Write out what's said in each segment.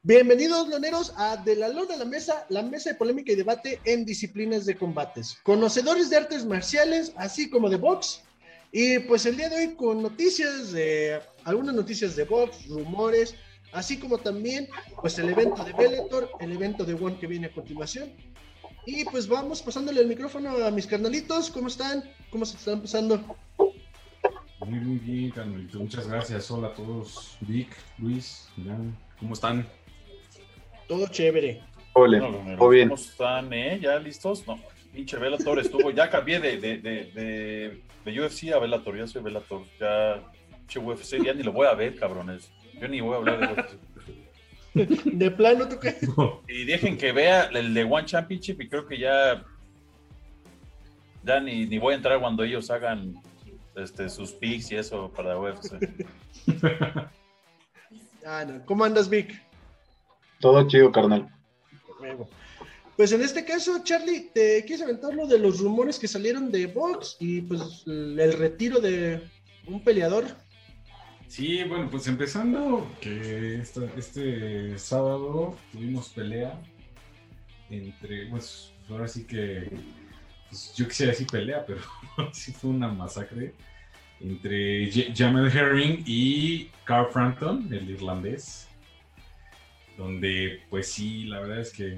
Bienvenidos, loneros, a De la Lona a la mesa de polémica y debate en disciplinas de combates. Conocedores de artes marciales, así como de box. Y pues el día de hoy con algunas noticias de box, rumores, así como también pues el evento de Bellator, el evento de ONE que viene a continuación. Y pues vamos pasándole el micrófono a mis carnalitos. ¿Cómo están? ¿Cómo se están pasando? Muy bien, carnalito. Muchas gracias. Hola a todos. Vic, Luis, Jan, ¿cómo están? Todo chévere. Hola, ¿Cómo bien. están? ¿Ya listos? No, pinche Bellator estuvo, ya cambié de UFC a Bellator, ya soy Bellator, ya, pinche UFC, ya ni lo voy a ver, cabrones, yo ni voy a hablar de UFC. De plano, ¿tú qué? Y dejen que vea el de One Championship y creo que ya ni voy a entrar cuando ellos hagan sus picks y eso para UFC. No. ¿Cómo andas, Vic? Todo chido, carnal. Pues en este caso, Charlie, ¿te quieres aventar lo de los rumores que salieron de box y pues el retiro de un peleador? Sí, bueno, pues empezando que este sábado tuvimos pelea entre, pues ahora sí que, pues yo quisiera decir pelea, pero sí fue una masacre entre Jamel Herring y Carl Frampton, el irlandés, donde pues sí, la verdad es que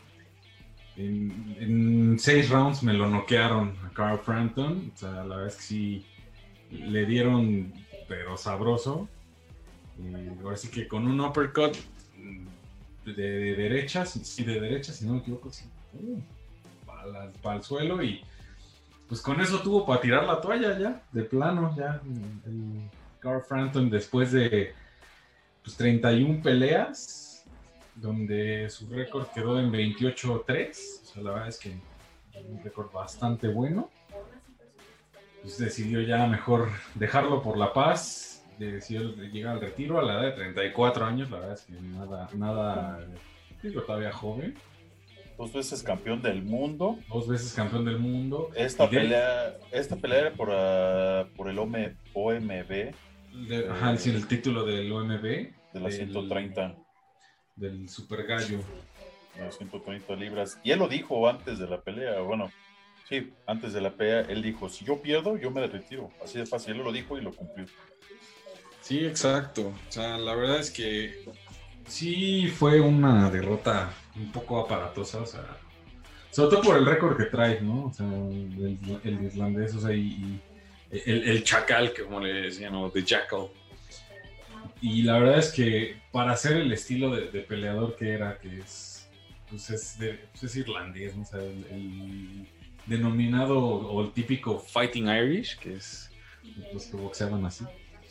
en 6 rounds me lo noquearon a Carl Frampton. O sea, la verdad es que sí le dieron, pero sabroso. Ahora sí que con un uppercut de derecha, si no me equivoco, sí, para el suelo, y pues con eso tuvo para tirar la toalla ya, de plano, ya. El Carl Frampton, después de pues, 31 peleas, donde su récord quedó en 28-3, o sea, la verdad es que un récord bastante bueno. Pues decidió ya mejor dejarlo por la paz, decidió llegar al retiro a la edad de 34 años, la verdad es que nada, digo, todavía joven. 2 veces campeón del mundo. 2 veces campeón del mundo. Esta pelea era por el OMB. Sí, el título del OMB. De la 130. Del Super Gallo. De 130 libras. Y él lo dijo antes de la pelea, bueno, sí, antes de la pelea, él dijo, si yo pierdo, yo me retiro. Así de fácil, él lo dijo y lo cumplió. Sí, exacto. O sea, la verdad es que sí fue una derrota un poco aparatosa, o sea, sobre todo por el récord que trae, ¿no? O sea, el islandés, o sea, y el chacal, como le decían, ¿no? The Jackal. Y la verdad es que para hacer el estilo de peleador que era, que es, pues es irlandés, ¿no? O sea, el denominado o el típico Fighting Irish, que es los que boxeaban así.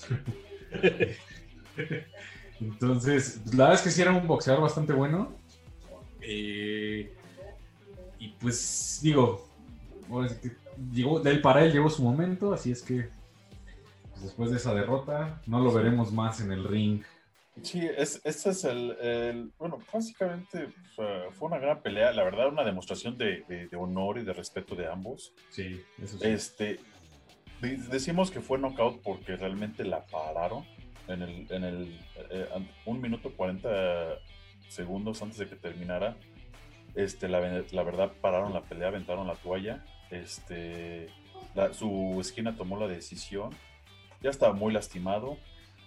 Entonces, la verdad es que sí era un boxeador bastante bueno. Y pues digo, para él llegó su momento, así es que pues, después de esa derrota no lo veremos más en el ring. Sí, este es bueno, básicamente fue una gran pelea, la verdad, una demostración de honor y de respeto de ambos. Sí, eso sí. Decimos que fue knockout porque realmente la pararon en 1 minuto 40 segundos antes de que terminara. La verdad, pararon la pelea, aventaron la toalla. Su esquina tomó la decisión. Ya estaba muy lastimado.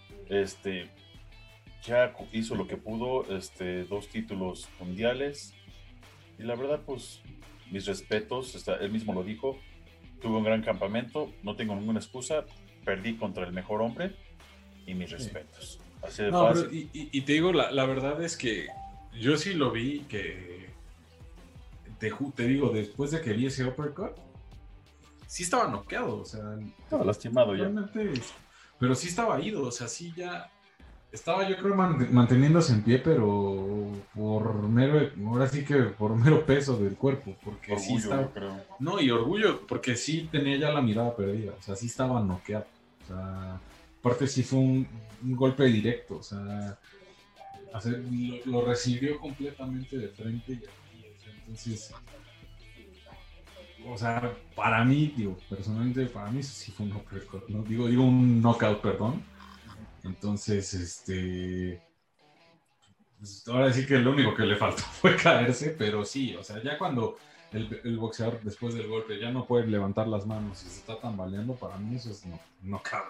Ya hizo lo que pudo. 2 títulos mundiales. Y la verdad, pues, mis respetos. Él mismo lo dijo. Tuve un gran campamento. No tengo ninguna excusa. Perdí contra el mejor hombre. Y mis respetos. Así de fácil. Pero, y te digo, la verdad es que yo sí lo vi que... Te digo, después de que vi ese uppercut, sí estaba noqueado, o sea... Estaba lastimado ya. Pero sí estaba ido, o sea, sí ya... Estaba yo creo manteniéndose en pie, pero ahora sí que por mero peso del cuerpo, porque Orgullo, sí estaba... yo creo. No, y orgullo, porque sí tenía ya la mirada perdida, o sea, sí estaba noqueado, o sea... Aparte sí fue un golpe directo, o sea... lo recibió completamente de frente y entonces, o sea, para mí, personalmente, para mí sí fue un uppercut, ¿no? Digo un knockout, perdón. Entonces, pues, ahora sí que lo único que le faltó fue caerse, pero sí, o sea, ya cuando el boxeador después del golpe ya no puede levantar las manos y se está tambaleando, para mí eso es no cabe.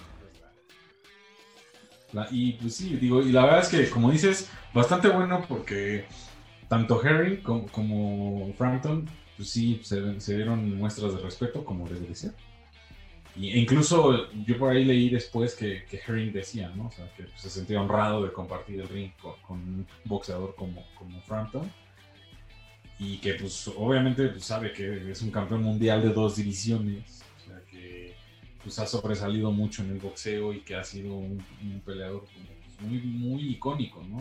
Y pues sí, digo, y la verdad es que, como dices, bastante bueno porque tanto Herring como Frampton, pues sí, se dieron muestras de respeto como debe de ser. E incluso yo por ahí leí después que Herring decía, ¿no? O sea, que pues, se sentía honrado de compartir el ring con un boxeador como Frampton. Y que pues obviamente pues, sabe que es un campeón mundial de 2 divisiones. O sea, que pues ha sobresalido mucho en el boxeo y que ha sido un peleador como, pues, muy, muy icónico, ¿no?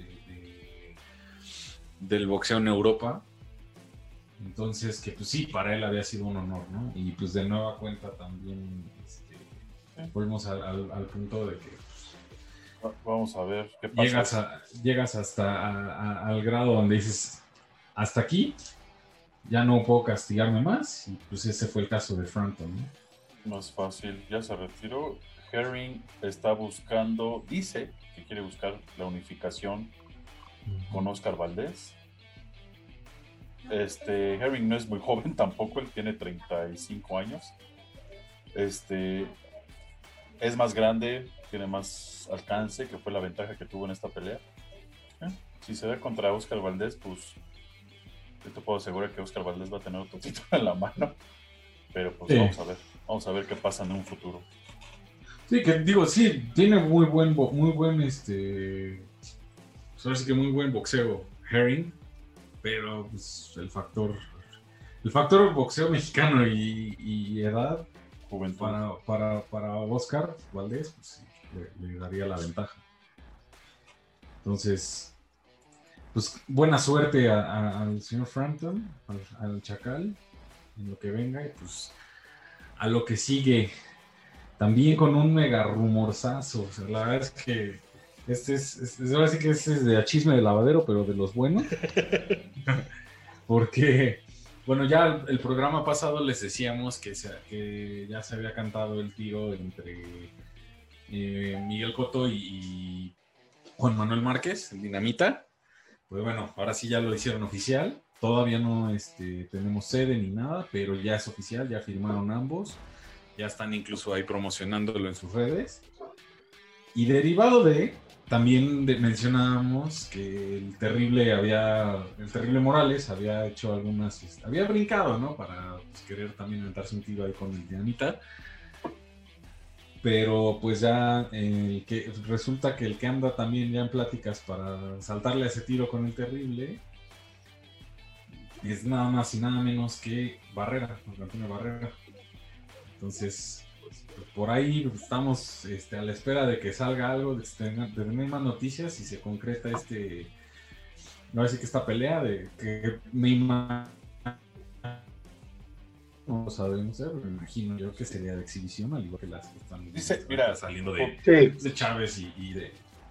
Del boxeo en Europa. Entonces, que pues sí, para él había sido un honor, ¿no? Y pues de nueva cuenta también volvemos al punto de que vamos a ver qué pasa. Llegas hasta al grado donde dices, hasta aquí, ya no puedo castigarme más, y pues ese fue el caso de Frampton, ¿no? No es fácil, ya se retiró. Herring está buscando, dice que quiere buscar la unificación con Oscar Valdés. Herring no es muy joven tampoco, él tiene 35 años. Es más grande, tiene más alcance, que fue la ventaja que tuvo en esta pelea. Si se ve contra Oscar Valdés, pues yo te puedo asegurar que Oscar Valdés va a tener otro título en la mano. Pero pues sí. Vamos a ver qué pasa en un futuro. Sí, que digo, sí, tiene muy buen pues ahora sí que muy buen boxeo Herring, pero pues el factor boxeo mexicano y edad, juventud, para Oscar Valdés, pues le daría la ventaja. Entonces, pues buena suerte al señor Frampton, al Chacal, en lo que venga, y pues a lo que sigue, también con un mega rumorzazo. O sea, la verdad es que ahora sí que este es de chisme de lavadero, pero de los buenos. Porque, bueno, ya el programa pasado les decíamos que ya se había cantado el tiro entre Miguel Cotto y Juan Manuel Márquez, el Dinamita. Pues bueno, ahora sí ya lo hicieron oficial. Todavía no tenemos sede ni nada, pero ya es oficial, ya firmaron ambos. Ya están incluso ahí promocionándolo en sus redes. Y derivado también mencionábamos que el terrible Morales había hecho había brincado, ¿no? Para pues, querer también aventarse un tiro ahí con el Dinamita. Pero pues ya resulta que el que anda también ya en pláticas para saltarle a ese tiro con el terrible es nada más y nada menos que Barrera, Antonio Barrera. Entonces, pues, por ahí estamos a la espera de que salga algo, de tener más noticias y se concreta no sé que esta pelea de que no lo sabemos, pero me imagino yo que sería de exhibición, al igual que las que están saliendo de Chávez y de...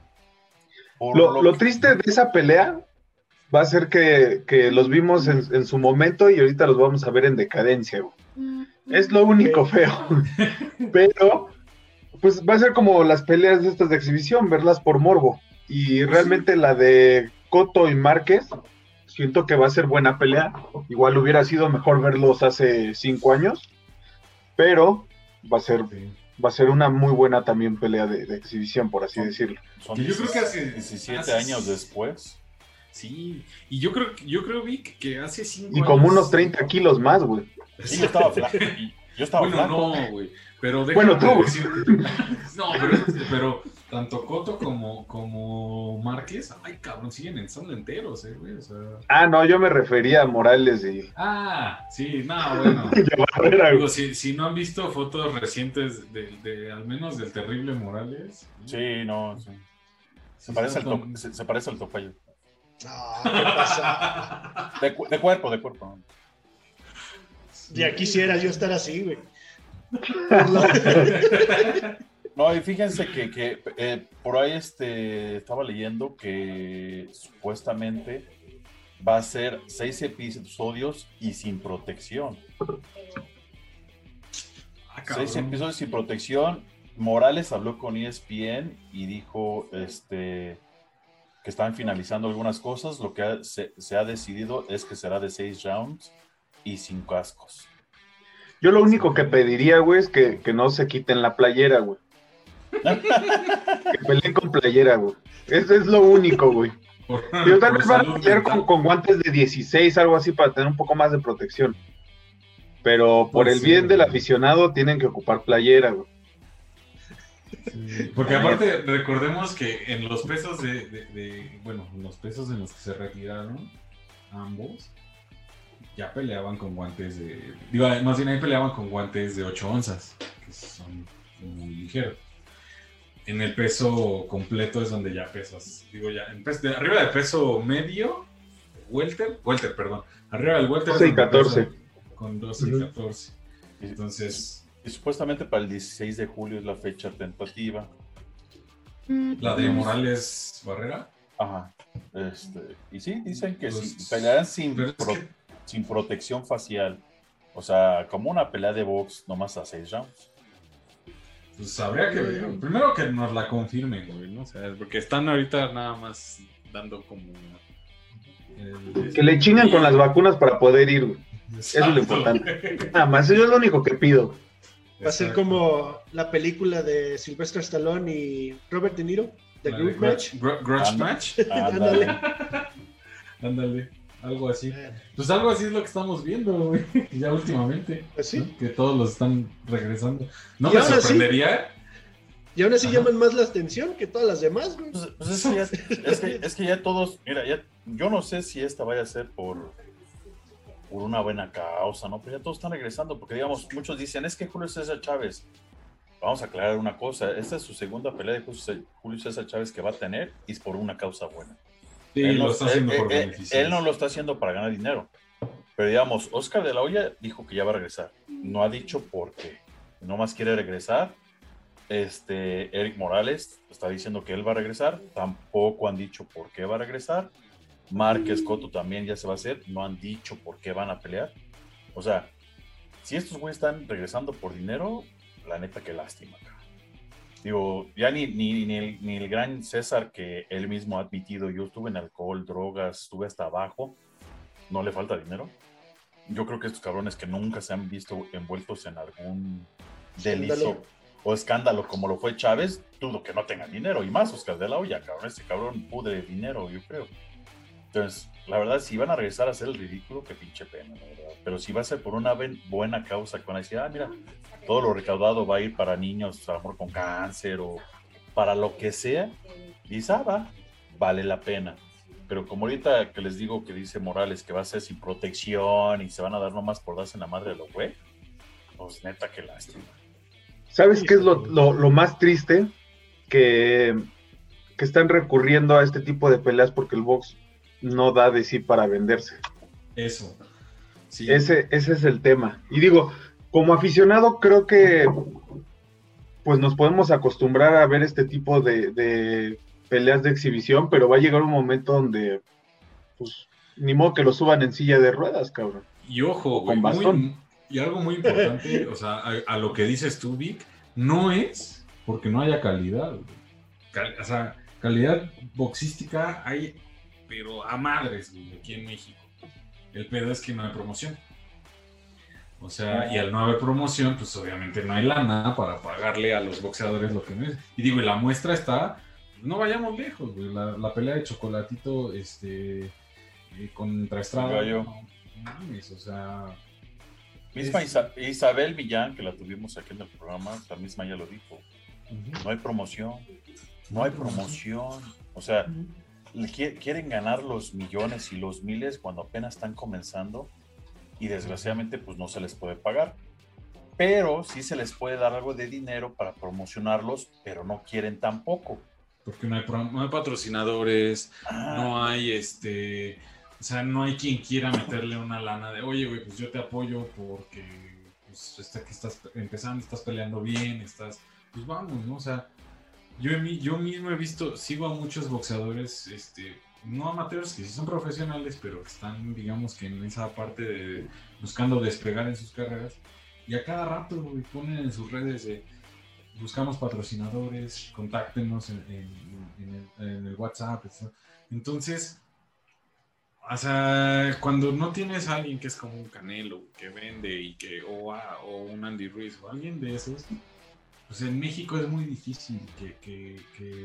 Lo triste de esa pelea va a ser que los vimos en su momento y ahorita los vamos a ver en decadencia, güey. Es lo único feo. Pero, pues va a ser como las peleas de estas de exhibición, verlas por morbo. Y realmente la de Cotto y Márquez, siento que va a ser buena pelea. Igual hubiera sido mejor verlos hace 5 años, pero va a ser una muy buena también pelea de exhibición, por así decirlo. Yo creo que hace 17 años después. Sí, y yo creo Vic, que hace 5 años... Y como unos 30 kilos más, güey. Sí, yo estaba flaco. No, güey. Pero bueno, tú. No, pero tanto Cotto como Márquez, ay, cabrón, son enteros, güey. O sea... no, yo me refería a Morales y... sí, no, bueno. Digo, si no han visto fotos recientes de al menos del terrible Morales. Sí, no, sí. Se parece al tocayo. ¿Qué pasa? De cuerpo. Ya quisiera yo estar así, güey. No, y fíjense que por ahí estaba leyendo que supuestamente va a ser 6 episodios y sin protección. 6 episodios sin protección. Morales habló con ESPN y dijo que están finalizando algunas cosas. Lo que se ha decidido es que será de 6 rounds y sin cascos. Yo lo único que pediría, güey, es que no se quiten la playera, güey. Que peleen con playera, güey. Eso es lo único, güey. Yo tal vez van a pelear con guantes de 16, algo así, para tener un poco más de protección. Pero por el bien del aficionado tienen que ocupar playera, güey. Sí, porque aparte recordemos que en los pesos bueno, los pesos en los que se retiraron ambos ya peleaban con guantes más bien ahí peleaban con guantes de 8 onzas, que son muy ligeros. En el peso completo es donde ya pesas, arriba del peso medio, welter, perdón, arriba del welter 12 y 14. Con 12 y 14. Entonces... Y supuestamente para el 16 de julio es la fecha tentativa. ¿La de Morales Barrera? Ajá. Y sí, dicen que pelearán sin protección facial. O sea, como una pelea de box, nomás a 6 rounds. Pues habría que ver. Primero que nos la confirmen, güey, ¿no? O sea, porque están ahorita nada más dando como... Que le chingan con las vacunas para poder ir, güey. Eso es lo importante. Nada más, eso es lo único que pido. Va a ser como la película de Sylvester Stallone y Robert De Niro, The Grudge Match. Grudge Match. Ándale, algo así. Pues algo así es lo que estamos viendo, güey, ya últimamente. Pues sí. ¿No? Que todos los están regresando. No me sorprendería. Y aún así llaman más la atención que todas las demás, güey. Pues es que ya todos, mira, yo no sé si esta vaya a ser por una buena causa, ¿no? Pero ya todos están regresando, porque digamos, muchos dicen, es que Julio César Chávez, vamos a aclarar una cosa, esta es su segunda pelea de Julio César Chávez que va a tener, y es por una causa buena. Sí, él lo está haciendo por beneficio. Él no lo está haciendo para ganar dinero, pero digamos, Oscar de la Hoya dijo que ya va a regresar, no ha dicho por qué, nomás quiere regresar. Eric Morales está diciendo que él va a regresar, tampoco han dicho por qué va a regresar. Márquez Cotto también ya se va a hacer, no han dicho por qué van a pelear. O sea, si estos güeyes están regresando por dinero, la neta que lástima, cara. Digo, ya ni el gran César, que él mismo ha admitido, yo estuve en alcohol, drogas, estuve hasta abajo, no le falta dinero. Yo creo que estos cabrones que nunca se han visto envueltos en algún delito o escándalo como lo fue Chávez, dudo que no tengan dinero, y más Oscar de la Hoya, cabrón, este cabrón pudre dinero, yo creo. Entonces, la verdad, si van a regresar a hacer el ridículo, qué pinche pena, la verdad. Pero si va a ser por una buena causa, que van a decir, mira, todo lo recaudado va a ir para niños, a lo mejor con cáncer o para lo que sea, dice, vale la pena. Pero como ahorita que les digo que dice Morales que va a ser sin protección y se van a dar nomás por darse en la madre de los güey, pues neta, qué lástima. ¿Sabes qué es lo más triste? Que están recurriendo a este tipo de peleas porque el box no da de sí para venderse. Eso. Sí. Ese es el tema. Y digo, como aficionado creo que pues nos podemos acostumbrar a ver este tipo de peleas de exhibición, pero va a llegar un momento donde pues ni modo que lo suban en silla de ruedas, cabrón. Y ojo, con bastón. Y algo muy importante, o sea, a lo que dices tú, Vic, no es porque no haya calidad. O sea, calidad boxística hay, pero a madres, güey, aquí en México. El pedo es que no hay promoción. O sea, y al no haber promoción, pues obviamente no hay lana para pagarle a los boxeadores lo que merecen. Y digo, y la muestra está, no vayamos lejos, güey, la pelea de Chocolatito, contra Estrada. No mames, o sea... Misma Isabel Millán, que la tuvimos aquí en el programa, la misma ya lo dijo. No hay promoción. O sea, quieren ganar los millones y los miles cuando apenas están comenzando y desgraciadamente pues no se les puede pagar. Pero sí se les puede dar algo de dinero para promocionarlos, pero no quieren tampoco. Porque no hay patrocinadores, no hay o sea, no hay quien quiera meterle una lana de, oye, güey, pues yo te apoyo porque pues, que estás empezando, estás peleando bien, pues vamos, ¿no? O sea, yo mismo sigo a muchos boxeadores, no amateurs, que sí son profesionales, pero que están, digamos, que en esa parte de buscando despegar en sus carreras, y a cada rato, güey, ponen en sus redes buscamos patrocinadores, contáctenos en el WhatsApp. Entonces, o sea, cuando no tienes a alguien que es como un Canelo, que vende o un Andy Ruiz o alguien de esos, pues en México es muy difícil que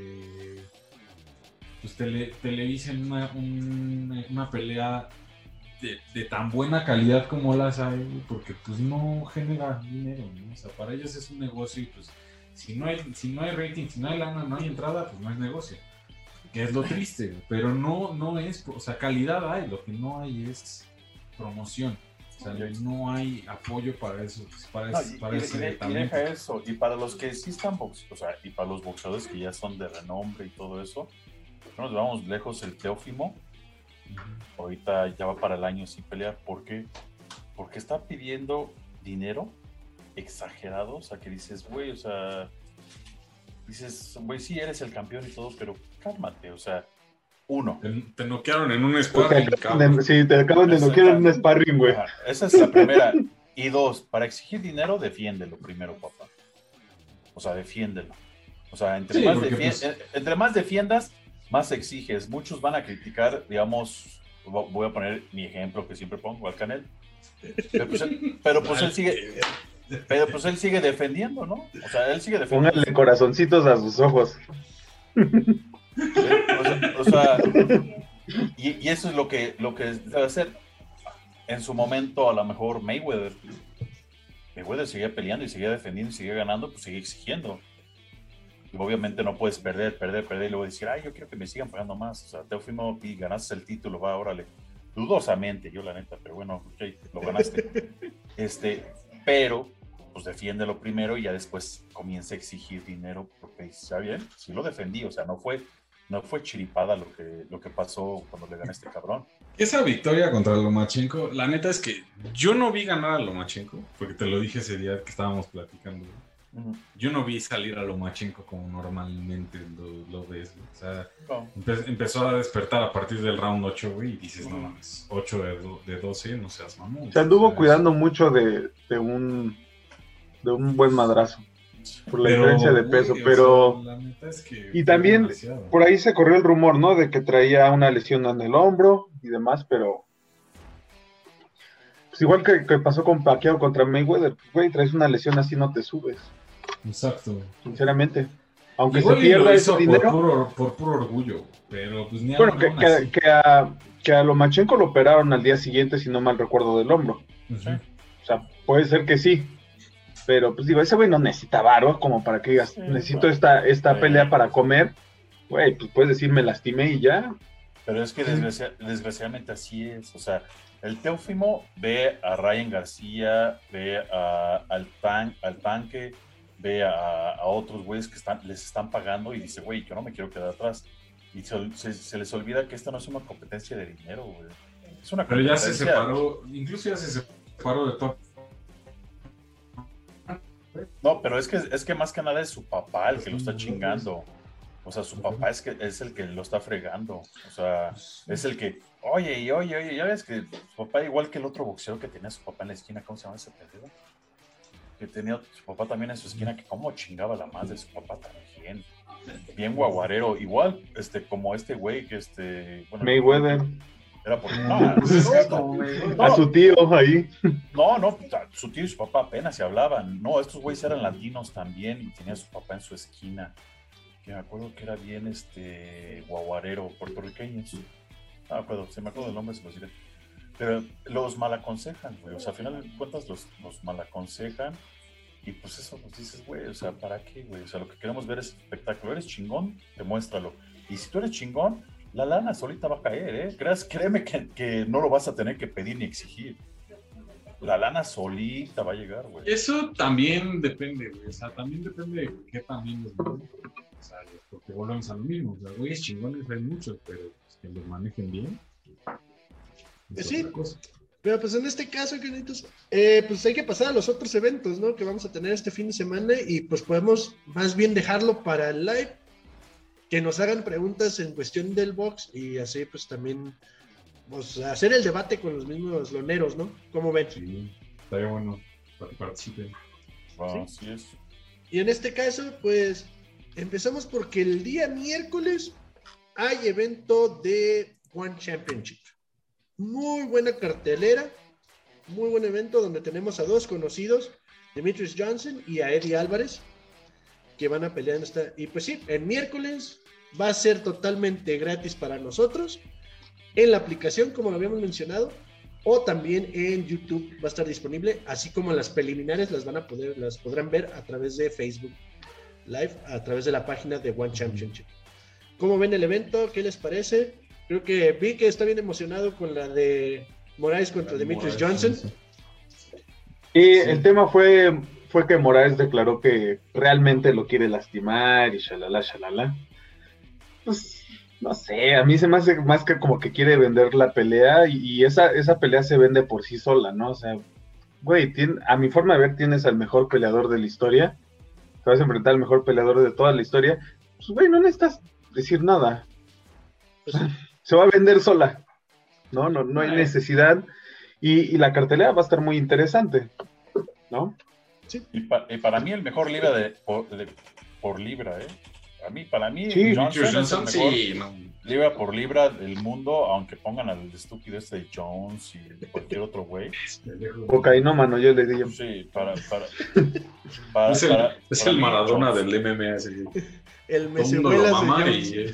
pues televisen una pelea de tan buena calidad como las hay, porque pues no genera dinero, ¿no? O sea, para ellos es un negocio y pues si no hay rating, si no hay lana, no hay entrada, pues no es negocio, que es lo triste, pero no es, o sea, calidad hay, lo que no hay es promoción, o sea, no hay apoyo para eso, para ese talento. Deja eso, y para los que sí están o sea, y para los boxeadores que ya son de renombre y todo eso, no nos vamos lejos, el Teófimo ahorita ya va para el año sin pelear. ¿Por qué? Porque está pidiendo dinero exagerado, o sea, que dices, güey, o sea, güey, sí, eres el campeón y todo, pero cálmate, o sea, uno. Te noquearon en un sparring, sí, te acaban de noquear en un sparring, güey. Esa es la primera. Y dos, para exigir dinero, defiéndelo primero, papá. O sea, defiéndelo. O sea, entre más defiendas, más exiges. Muchos van a criticar, digamos, voy a poner mi ejemplo que siempre pongo, al Canel. Pero pues él sigue defendiendo, ¿no? O sea, él sigue defendiendo. Pónganle corazoncitos a sus ojos. O sea, y eso es lo que debe hacer. En su momento, a lo mejor Mayweather seguía peleando y seguía defendiendo y seguía ganando, pues seguía exigiendo. Y obviamente no puedes perder y luego decir, ay, yo quiero que me sigan pagando más. O sea, Teófimo, y ganaste el título, va, órale. Dudosamente, yo la neta, pero bueno, ok, lo ganaste. Pero, pues defiéndelo primero y ya después comienza a exigir dinero, porque está bien, sí lo defendí, o sea, no fue chiripada lo que pasó cuando le gané a este cabrón. Esa victoria contra Lomachenko, la neta es que yo no vi ganar a Lomachenko, porque te lo dije ese día que estábamos platicando. Yo no vi salir a Lomachenko como normalmente lo ves, o sea, empezó a despertar a partir del round 8, güey, y dices, no mames, 8 de 12, no seas mamón. Se anduvo cuidando mucho de un buen madrazo, por la diferencia de peso, pero... O sea, la neta es que y también, demasiado. Por ahí se corrió el rumor, ¿no?, de que traía una lesión en el hombro y demás, pero... Pues igual que pasó con Pacquiao contra Mayweather, güey, traes una lesión así, no te subes. Exacto. Sinceramente. Aunque igual se pierda ese dinero. Por puro orgullo, pero pues ni bueno, que a Lomachenko lo operaron al día siguiente, si no mal recuerdo, del hombro. Uh-huh. O sea, puede ser que sí. Pero pues digo, ese güey no necesita varo como para que digas, necesito esta pelea para comer. Güey, pues puedes decir, me lastimé y ya. Pero es que desgraciadamente así es. O sea, el Teófimo ve a Ryan García, ve al Tanque, ve a otros güeyes que les están pagando y dice, güey, yo no me quiero quedar atrás. Y se les olvida que esta no es una competencia de dinero, güey. Es una Pero ya se separó, incluso ya se separó de todo. No, pero es que más que nada es su papá el que lo está chingando. O sea, su papá es el que lo está fregando. O sea, es el que, oye, ya ves que su papá, igual que el otro boxeo que tenía su papá en la esquina, ¿cómo se llama ese pedo? Que tenía su papá también en su esquina, que cómo chingaba la más de su papá también. Bien guaguarero, igual, como este güey que bueno, Mayweather. Era por a su tío ahí. No, su tío y su papá apenas se hablaban. No, estos güeyes eran latinos también y tenía a su papá en su esquina. Que me acuerdo que era bien guaguarero, puertorriqueño. No me acuerdo, si me acuerdo del nombre se los diré. Pero los malaconsejan, güey. O sea, al final de cuentas los malaconsejan. Y pues eso nos dices, güey, o sea, ¿para qué, güey? O sea, lo que queremos ver es espectáculo. ¿Eres chingón? Demuéstralo. Y si tú eres chingón, la lana solita va a caer, ¿eh? Créeme que no lo vas a tener que pedir ni exigir. La lana solita va a llegar, güey. Eso también depende, güey. O sea, también depende de qué también los manejen. O sea, porque volvemos a lo mismo. O sea, güeyes chingones hay muchos, pero pues, que los manejen bien. Sí. Pero pues en este caso, queridos, pues hay que pasar a los otros eventos, ¿no? Que vamos a tener este fin de semana y pues podemos más bien dejarlo para el live, que nos hagan preguntas en cuestión del box y así pues también pues, hacer el debate con los mismos loneros, ¿no? ¿Cómo ven? Sí, estaría bueno para que participen. Bueno, ¿sí? Así es. Y en este caso, pues, empezamos porque el día miércoles hay evento de One Championship. Muy buena cartelera, muy buen evento donde tenemos a dos conocidos, Demetrius Johnson y a Eddie Álvarez, que van a pelear en esta... Y pues sí, el miércoles va a ser totalmente gratis para nosotros, en la aplicación, como lo habíamos mencionado, o también en YouTube va a estar disponible, así como las preliminares las podrán ver a través de Facebook Live, a través de la página de One Championship. ¿Cómo ven el evento? ¿Qué les parece? Creo que vi que está bien emocionado con la de Moraes contra Demetrius Johnson. Y el tema fue que Moraes declaró que realmente lo quiere lastimar y shalala. Pues no sé, a mí se me hace más que como que quiere vender la pelea y esa pelea se vende por sí sola, ¿no? O sea, güey, a mi forma de ver tienes al mejor peleador de la historia, te vas a enfrentar al mejor peleador de toda la historia, pues güey, no necesitas decir nada. Pues, se va a vender sola, no hay necesidad y la cartelera va a estar muy interesante, ¿no? Sí. Y para mí el mejor libra por libra, Para mí sí, Johnson es el mejor libra por libra del mundo, aunque pongan al estúpido de Jones y cualquier otro güey. Cocainómano, yo le digo. Sí, es el Maradona Jones. Del MMA. Así. El Mesehuelas de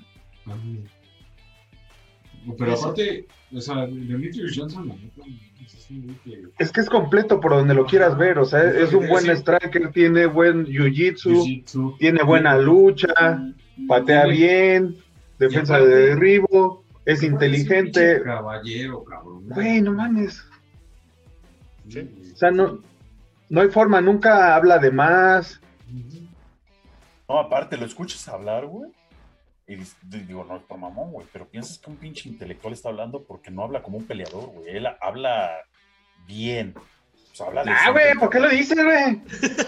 Pero aparte, o sea, Demetrius Johnson es que es completo por donde lo quieras ver, o sea, es un buen striker, tiene buen jiu-jitsu, tiene buena lucha, patea bien, defensa de derribo, es inteligente. Caballero, cabrón. Güey, no mames. ¿Sí? O sea, no hay forma, nunca habla de más. No, aparte, lo escuchas hablar, güey. Y digo, no es por mamón, güey, pero piensas que un pinche intelectual está hablando porque no habla como un peleador, güey. Él habla bien. O sea, habla de... güey, ¿por qué lo dices, güey?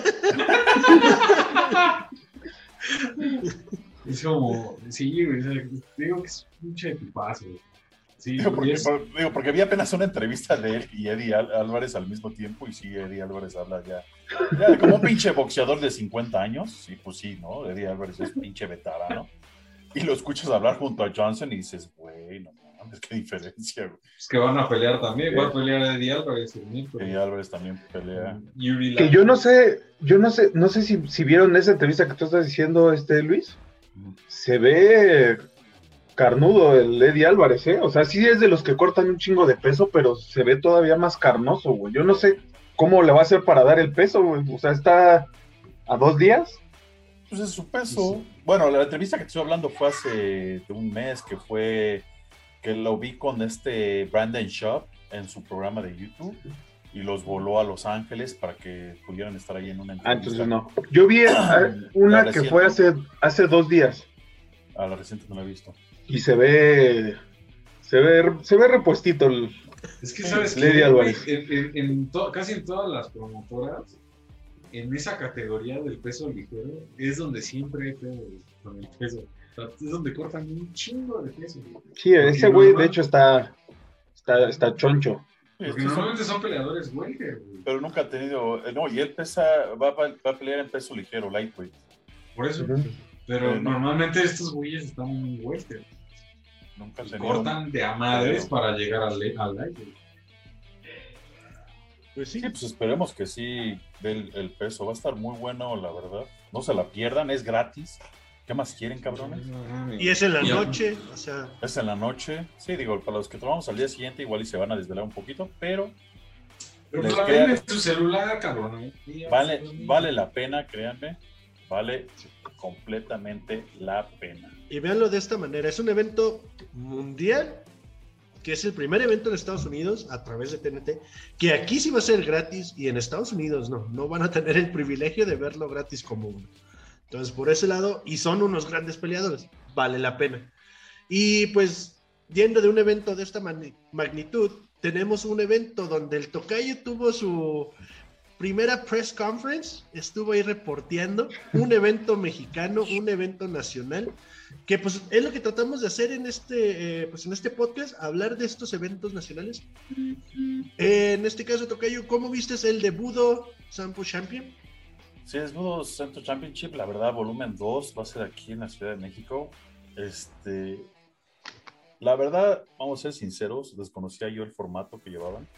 Es como... Sí, güey, digo que es un pinche tipazo, güey. Sí, porque vi apenas una entrevista de él y Eddie Álvarez al mismo tiempo, y sí, Eddie Álvarez habla ya como un pinche boxeador de 50 años, y pues sí, ¿no? Eddie Álvarez es pinche veterano. Y lo escuchas hablar junto a Johnson y dices, güey, no mames, qué diferencia, güey. Es que van a pelear también, va a pelear Eddie Álvarez. Eddie Álvarez también pelea. Que yo no sé si vieron esa entrevista que tú estás diciendo, Luis. Se ve carnudo el Eddie Álvarez, O sea, sí es de los que cortan un chingo de peso, pero se ve todavía más carnoso, güey. Yo no sé cómo le va a hacer para dar el peso, güey. O sea, está a 2 días. Pues es su peso. Sí. Bueno, la entrevista que te estoy hablando fue hace un mes, que lo vi con Brandon Schaub en su programa de YouTube y los voló a Los Ángeles para que pudieran estar ahí en una entrevista. Entonces no. Yo vi una que fue hace 2 días. La reciente no la he visto. Y se ve repuestito es que sabes Eddie Álvarez. Casi en todas las promotoras, en esa categoría del peso ligero, es donde siempre hay pedo con el peso. O sea, es donde cortan un chingo de peso. Sí, ese güey de hecho está choncho. Porque normalmente son peleadores welter, güey. Pero nunca ha tenido... No, y él va a pelear en peso ligero, lightweight. Por eso. Uh-huh. Pero normalmente estos güeyes están en welter. Nunca han tenido... Cortan de a madres para llegar al lightweight. Pues sí, pues esperemos que sí dé el peso. Va a estar muy bueno, la verdad. No se la pierdan, es gratis. ¿Qué más quieren, cabrones? Y es en la noche, o sea... Es en la noche. Sí, digo, para los que tomamos al día siguiente igual y se van a desvelar un poquito, pero pues también es tu celular, cabrón. Vale la pena, créanme. Vale completamente la pena. Y véanlo de esta manera. Es un evento mundial, que es el primer evento en Estados Unidos a través de TNT, que aquí sí va a ser gratis y en Estados Unidos no van a tener el privilegio de verlo gratis como uno. Entonces, por ese lado, y son unos grandes peleadores, vale la pena. Y pues, yendo de un evento de esta magnitud, tenemos un evento donde el Tocayo tuvo su primera press conference, estuvo ahí reporteando un evento mexicano, un evento nacional, que pues es lo que tratamos de hacer en este podcast, hablar de estos eventos nacionales. En este caso, Tocayo, ¿cómo viste el de Budo Sampo Champion? Sí, Desnudo Centro Championship, la verdad, volumen 2 va a ser aquí en la Ciudad de México. La verdad, vamos a ser sinceros, desconocía yo el formato que llevaban.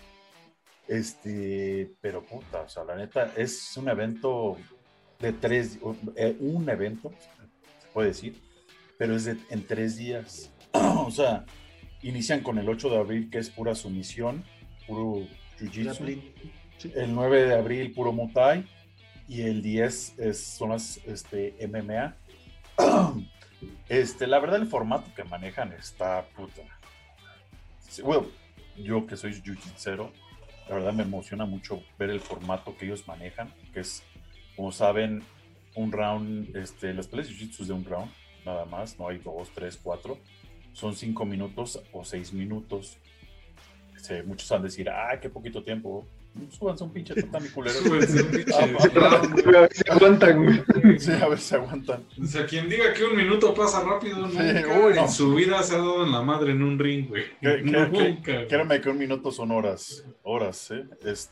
Pero puta, o sea, la neta, es un evento de un evento, se puede decir, pero es en 3 días. O sea, inician con el 8 de abril, que es pura sumisión, puro jiu-jitsu. Sí. El 9 de abril, puro Muay Thai. Y el 10 son las MMA. La verdad, el formato que manejan está puta. Sí, bueno, yo que soy jiu-jitsero, la verdad me emociona mucho ver el formato que ellos manejan, que es, como saben, un round, las peleas de jiu-jitsu es de un round, nada más, no hay 2, 3, 4, son 5 minutos o 6 minutos. Muchos van a decir, qué poquito tiempo. Súbanse un pinche tatami culero. Súbanse un pinche A ver si aguantan, güey. Sí, a ver si aguantan. O sea, quien diga que un minuto pasa rápido, Sí, nunca uy, no. en su vida se ha dado en la madre en un ring, güey. Nunca. Créeme que un minuto son horas, ¿eh?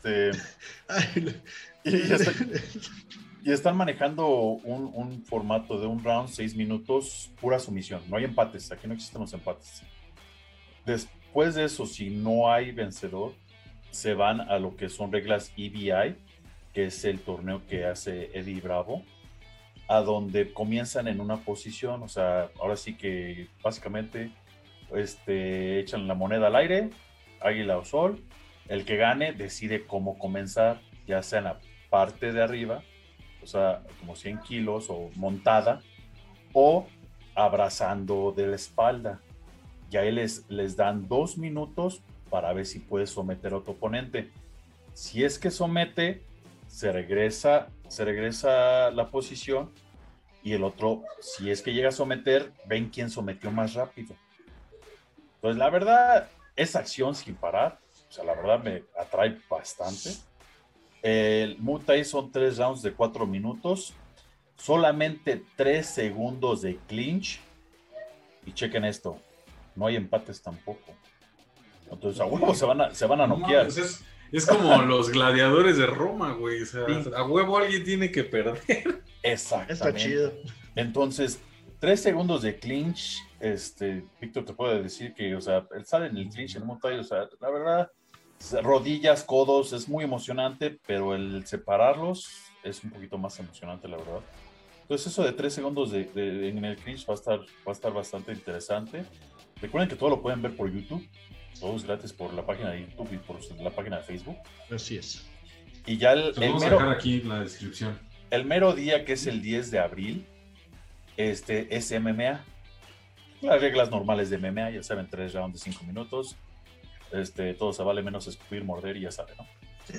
Y están manejando un formato de un round, 6 minutos, pura sumisión. No hay empates, aquí no existen los empates. Después de eso, si no hay vencedor, se van a lo que son reglas EBI, que es el torneo que hace Eddie Bravo, a donde comienzan en una posición, o sea, ahora sí que básicamente echan la moneda al aire, águila o sol, el que gane decide cómo comenzar, ya sea en la parte de arriba, o sea, como 100 kilos o montada, o abrazando de la espalda. Y ahí les dan 2 minutos para ver si puede someter a tu oponente. Si es que somete, se regresa la posición, y el otro, si es que llega a someter, ven quién sometió más rápido. Entonces, la verdad, esa acción sin parar, o sea, la verdad me atrae bastante. El Muay Thai son 3 rounds de 4 minutos, solamente 3 segundos de clinch, y chequen esto, no hay empates tampoco. Entonces, a huevo se van a noquear. No, pues es como los gladiadores de Roma, güey. O sea, Sí. a huevo alguien tiene que perder. Exactamente. Está chido. Entonces, 3 segundos de clinch. Víctor te puede decir que, o sea, él sale en el clinch en Muay Thai, o sea, la verdad, rodillas, codos, es muy emocionante, pero el separarlos es un poquito más emocionante, la verdad. Entonces, eso de 3 segundos en el clinch va a estar bastante interesante. Recuerden que todo lo pueden ver por YouTube. Todo es gratis por la página de YouTube y por la página de Facebook. Así es. Y ya Vamos a dejar aquí la descripción. el mero día, que es el 10 de abril, es MMA. Las reglas normales de MMA, ya saben, 3 rounds de 5 minutos. Todo se vale menos escupir, morder y ya saben, ¿no?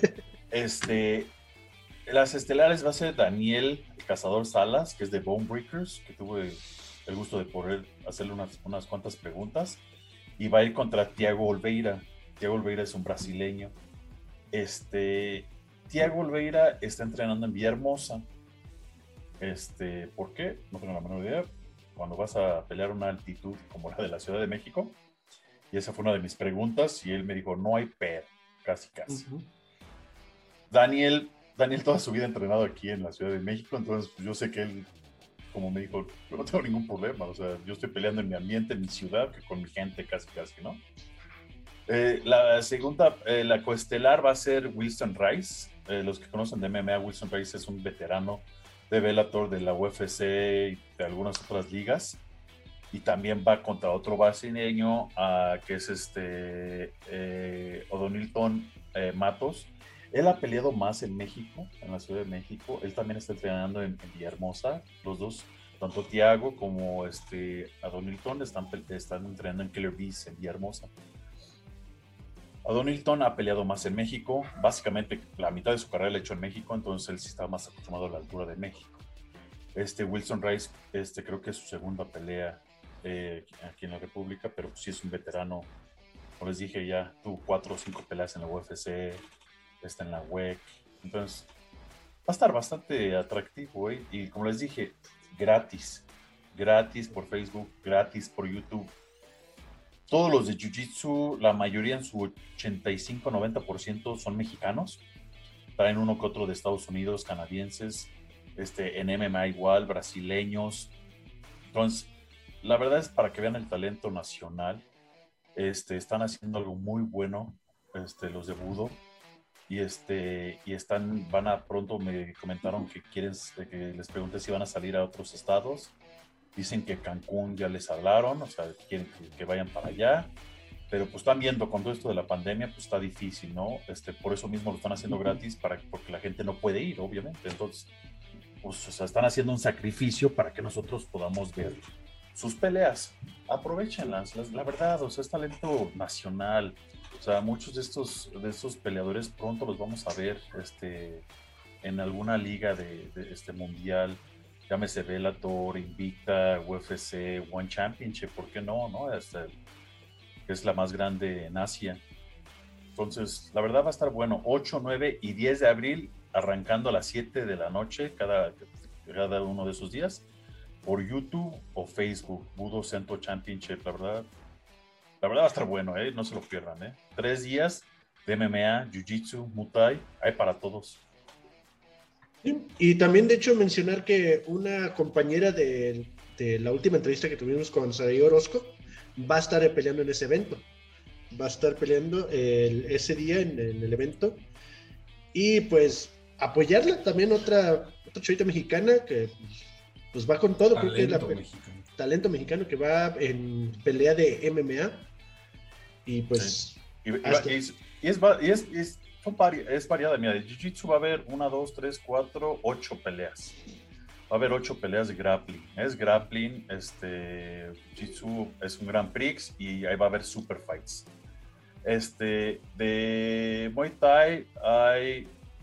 Las estelares va a ser Daniel, el cazador Salas, que es de Bone Breakers, que tuve el gusto de poder hacerle unas cuantas preguntas. Y va a ir contra Thiago Oliveira. Thiago Oliveira es un brasileño. Thiago Oliveira está entrenando en Villahermosa. ¿Por qué? No tengo la menor idea. Cuando vas a pelear a una altitud como la de la Ciudad de México, y esa fue una de mis preguntas, y él me dijo, no hay pedo, casi. Uh-huh. Daniel toda su vida ha entrenado aquí en la Ciudad de México, entonces pues, yo sé que él, como me dijo, yo no tengo ningún problema, o sea, yo estoy peleando en mi ambiente, en mi ciudad, que con mi gente casi, ¿no? La segunda, la coestelar va a ser Wilson Rice. Los que conocen de MMA, Wilson Rice es un veterano de Bellator, de la UFC y de algunas otras ligas. Y también va contra otro brasileño, que es Odonilton Matos. Él ha peleado más en México, en la Ciudad de México. Él también está entrenando en Villahermosa. Los dos, tanto Thiago como Odonilton, están entrenando en Killer Bees en Villahermosa. Odonilton ha peleado más en México. Básicamente, la mitad de su carrera la ha hecho en México, entonces él sí está más acostumbrado a la altura de México. Wilson Rice, creo que es su segunda pelea aquí en la República, pero pues sí es un veterano. Como les dije, ya tuvo 4 o 5 peleas en la UFC, está en la WEC, entonces va a estar bastante atractivo, y como les dije, gratis por Facebook, gratis por YouTube. Todos los de Jiu-Jitsu, la mayoría en su 85-90% son mexicanos, traen uno que otro de Estados Unidos, canadienses, en MMA igual, brasileños. Entonces, la verdad es para que vean el talento nacional. Están haciendo algo muy bueno, los de Budo. Y pronto me comentaron que que les pregunté si van a salir a otros estados. Dicen que Cancún ya les hablaron, o sea, quieren que vayan para allá. Pero pues están viendo con todo esto de la pandemia, pues está difícil, ¿no? Por eso mismo lo están haciendo gratis, porque la gente no puede ir, obviamente. Entonces, pues, o sea, están haciendo un sacrificio para que nosotros podamos ver sus peleas. Aprovechenlas, la verdad, o sea, es talento nacional. O sea, muchos de estos peleadores pronto los vamos a ver en alguna liga de mundial. Llámese Bellator, Invicta, UFC, One Championship, ¿por qué no? Es la más grande en Asia. Entonces, la verdad va a estar bueno. 8, 9 y 10 de abril, arrancando a las 7 de la noche cada uno de esos días, por YouTube o Facebook, Budo Centro Championship. La verdad va a estar bueno, no se lo pierdan. 3 días de MMA, Jiu-Jitsu, Muay Thai, hay para todos. Y también, de hecho, mencionar que una compañera de la última entrevista que tuvimos con Saraí Orozco va a estar peleando en ese evento. Va a estar peleando ese día en el evento. Y pues apoyarla también, otra chavita mexicana que pues va con todo. Creo que es talento mexicano que va en pelea de MMA. Y pues... Sí. Es variada. Mira, de Jiu-Jitsu va a haber 1, 2, 3, 4, 8 peleas. Va a haber 8 peleas de grappling. Es grappling, Jiu-Jitsu es un Grand Prix y ahí va a haber super fights. De Muay Thai hay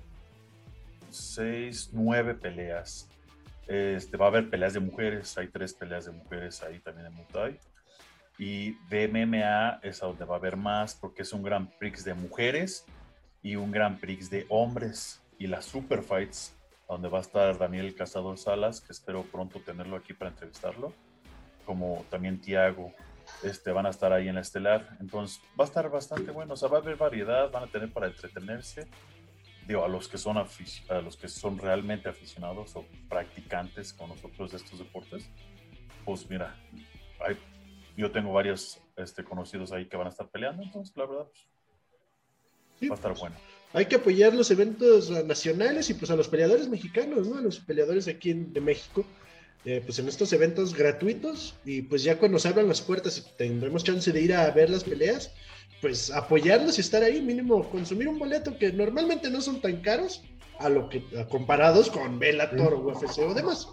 6, 9 peleas. Va a haber peleas de mujeres, hay 3 peleas de mujeres ahí también en Muay Thai. Y de MMA es a donde va a haber más, porque es un Grand Prix de mujeres y un Grand Prix de hombres. Y las super fights, donde va a estar Daniel Cazador Salas, que espero pronto tenerlo aquí para entrevistarlo, como también Tiago, van a estar ahí en la estelar. Entonces va a estar bastante bueno, o sea, va a haber variedad, van a tener para entretenerse. Digo, a los que son realmente aficionados o practicantes con nosotros de estos deportes, pues mira, yo tengo varios conocidos ahí que van a estar peleando, entonces la verdad pues, sí, va a estar bueno. Hay que apoyar los eventos nacionales y pues a los peleadores mexicanos, ¿no? A los peleadores aquí de México, pues en estos eventos gratuitos, y pues ya cuando se abran las puertas y tendremos chance de ir a ver las peleas, pues apoyarlos y estar ahí, mínimo consumir un boleto que normalmente no son tan caros comparados con Bellator o UFC o demás.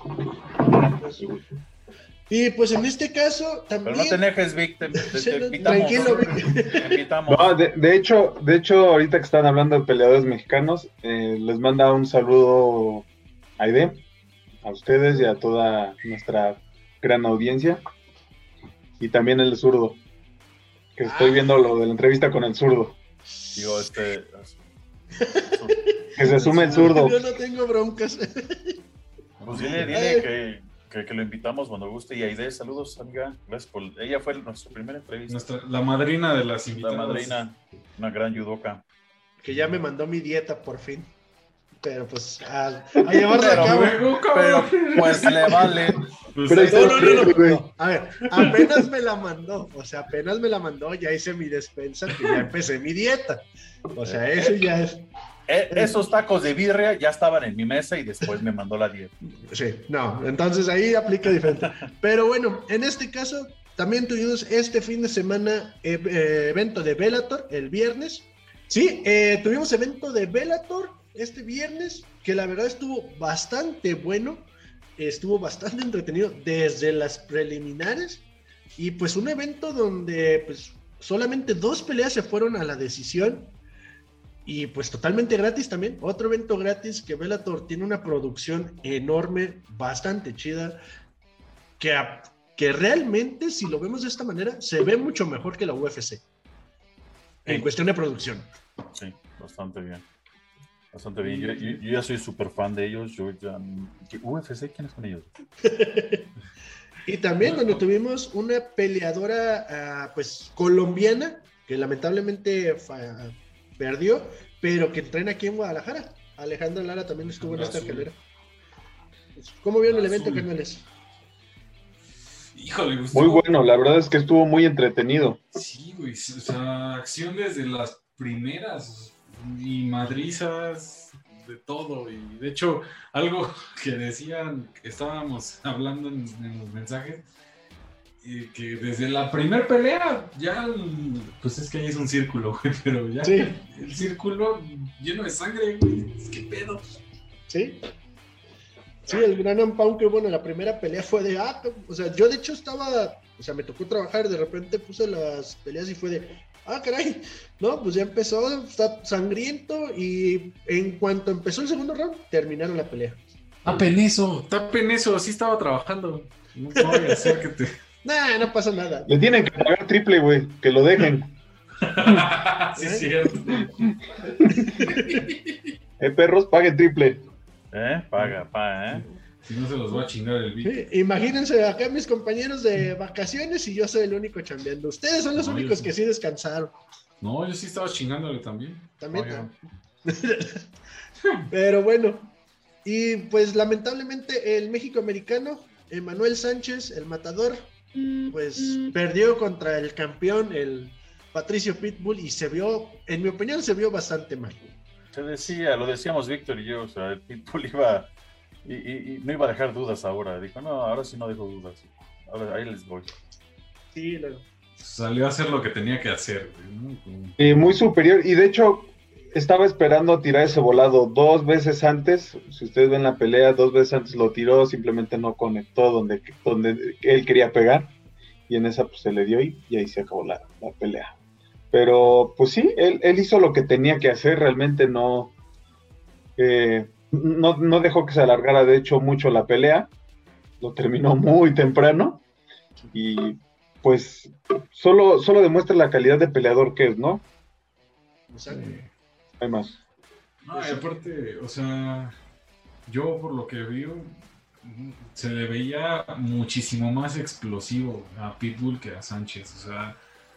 Y pues en este caso también... Pero no te enojes, Vic, te invitamos. Tranquilo, Vic. Te invitamos. No, de hecho, ahorita que están hablando de peleadores mexicanos, les manda un saludo a Aide, a ustedes y a toda nuestra gran audiencia. Y también el zurdo, que estoy viendo lo de la entrevista con el zurdo. Digo, que se sume el zurdo. Yo no tengo broncas. Pues dile que lo invitamos cuando guste. Y Aide, saludos, amiga. Gracias ella fue nuestra primera entrevista. La madrina de las invitadas. La madrina, una gran judoka. Que ya me mandó mi dieta por fin. Pero pues a llevarla a cabo. Pero pues le vale. No. A ver, apenas me la mandó. O sea, ya hice mi despensa, que ya empecé mi dieta. O sea, eso ya es... Esos tacos de birria ya estaban en mi mesa y después me mandó la dieta. Sí, no, entonces ahí aplica diferente. Pero bueno, en este caso también tuvimos este fin de semana evento de Bellator el viernes. Sí, tuvimos evento de Bellator este viernes, que la verdad estuvo bastante bueno, estuvo bastante entretenido desde las preliminares, y pues un evento donde pues solamente 2 peleas se fueron a la decisión. Y pues totalmente gratis también, otro evento gratis, que Bellator tiene una producción enorme, bastante chida, que realmente, si lo vemos de esta manera, se ve mucho mejor que la UFC, en cuestión de producción. Sí, bastante bien. Bastante bien. Yo ya soy súper fan de ellos. UFC, ¿quiénes son ellos? Y también donde tuvimos una peleadora pues colombiana, que lamentablemente perdió, pero que entrena aquí en Guadalajara. Alejandra Lara también estuvo en esta carrera. Pues, ¿cómo vieron el evento, carnales? Híjole, gustó. Muy bueno, la verdad es que estuvo muy entretenido. Sí, güey, o sea, acción desde las primeras y madrizas, de todo. Y de hecho, algo que decían, que estábamos hablando en los mensajes, y que desde la primer pelea ya, pues es que ahí es un círculo, güey, pero ya Sí. el círculo lleno de sangre, güey, ¿qué pedo? Sí. Sí, el Gran Pound, que bueno, la primera pelea fue de, o sea, yo de hecho estaba, o sea, me tocó trabajar, de repente puse las peleas y fue de, caray, no, pues ya empezó, está sangriento, y en cuanto empezó el segundo round, terminaron la pelea. Tapen eso, sí estaba trabajando. No voy a hacer que te... Nah, no pasa nada. Le tienen que pagar triple, güey, que lo dejen. Sí, es cierto. Perros, paguen triple. Paga. Si no se los va a chingar el bicho. Sí, imagínense acá mis compañeros de vacaciones y yo soy el único chambeando. Ustedes son los No, únicos yo sí. que sí descansaron. No, yo sí estaba chingándole también. También. Pero bueno, y pues lamentablemente el México americano, Emanuel Sánchez, el matador, pues perdió contra el campeón, el Patricio Pitbull, y se vio, en mi opinión, se vio bastante mal. Lo decíamos Víctor y yo, o sea, el Pitbull iba y no iba a dejar dudas ahora. Dijo, no, ahora sí no dejo dudas. Ahora ahí les voy. Sí, Salió a hacer lo que tenía que hacer, güey, ¿no? Muy superior, y de hecho estaba esperando tirar ese volado 2 veces antes. Si ustedes ven la pelea, 2 veces antes lo tiró, simplemente no conectó donde él quería pegar, y en esa pues se le dio y ahí se acabó la pelea. Pero pues sí, él hizo lo que tenía que hacer, realmente no dejó que se alargara de hecho mucho la pelea, lo terminó muy temprano, y pues solo demuestra la calidad de peleador que es, ¿no? exacto. Hay más. No, y aparte, o sea, yo por lo que vi, se le veía muchísimo más explosivo a Pitbull que a Sánchez. O sea,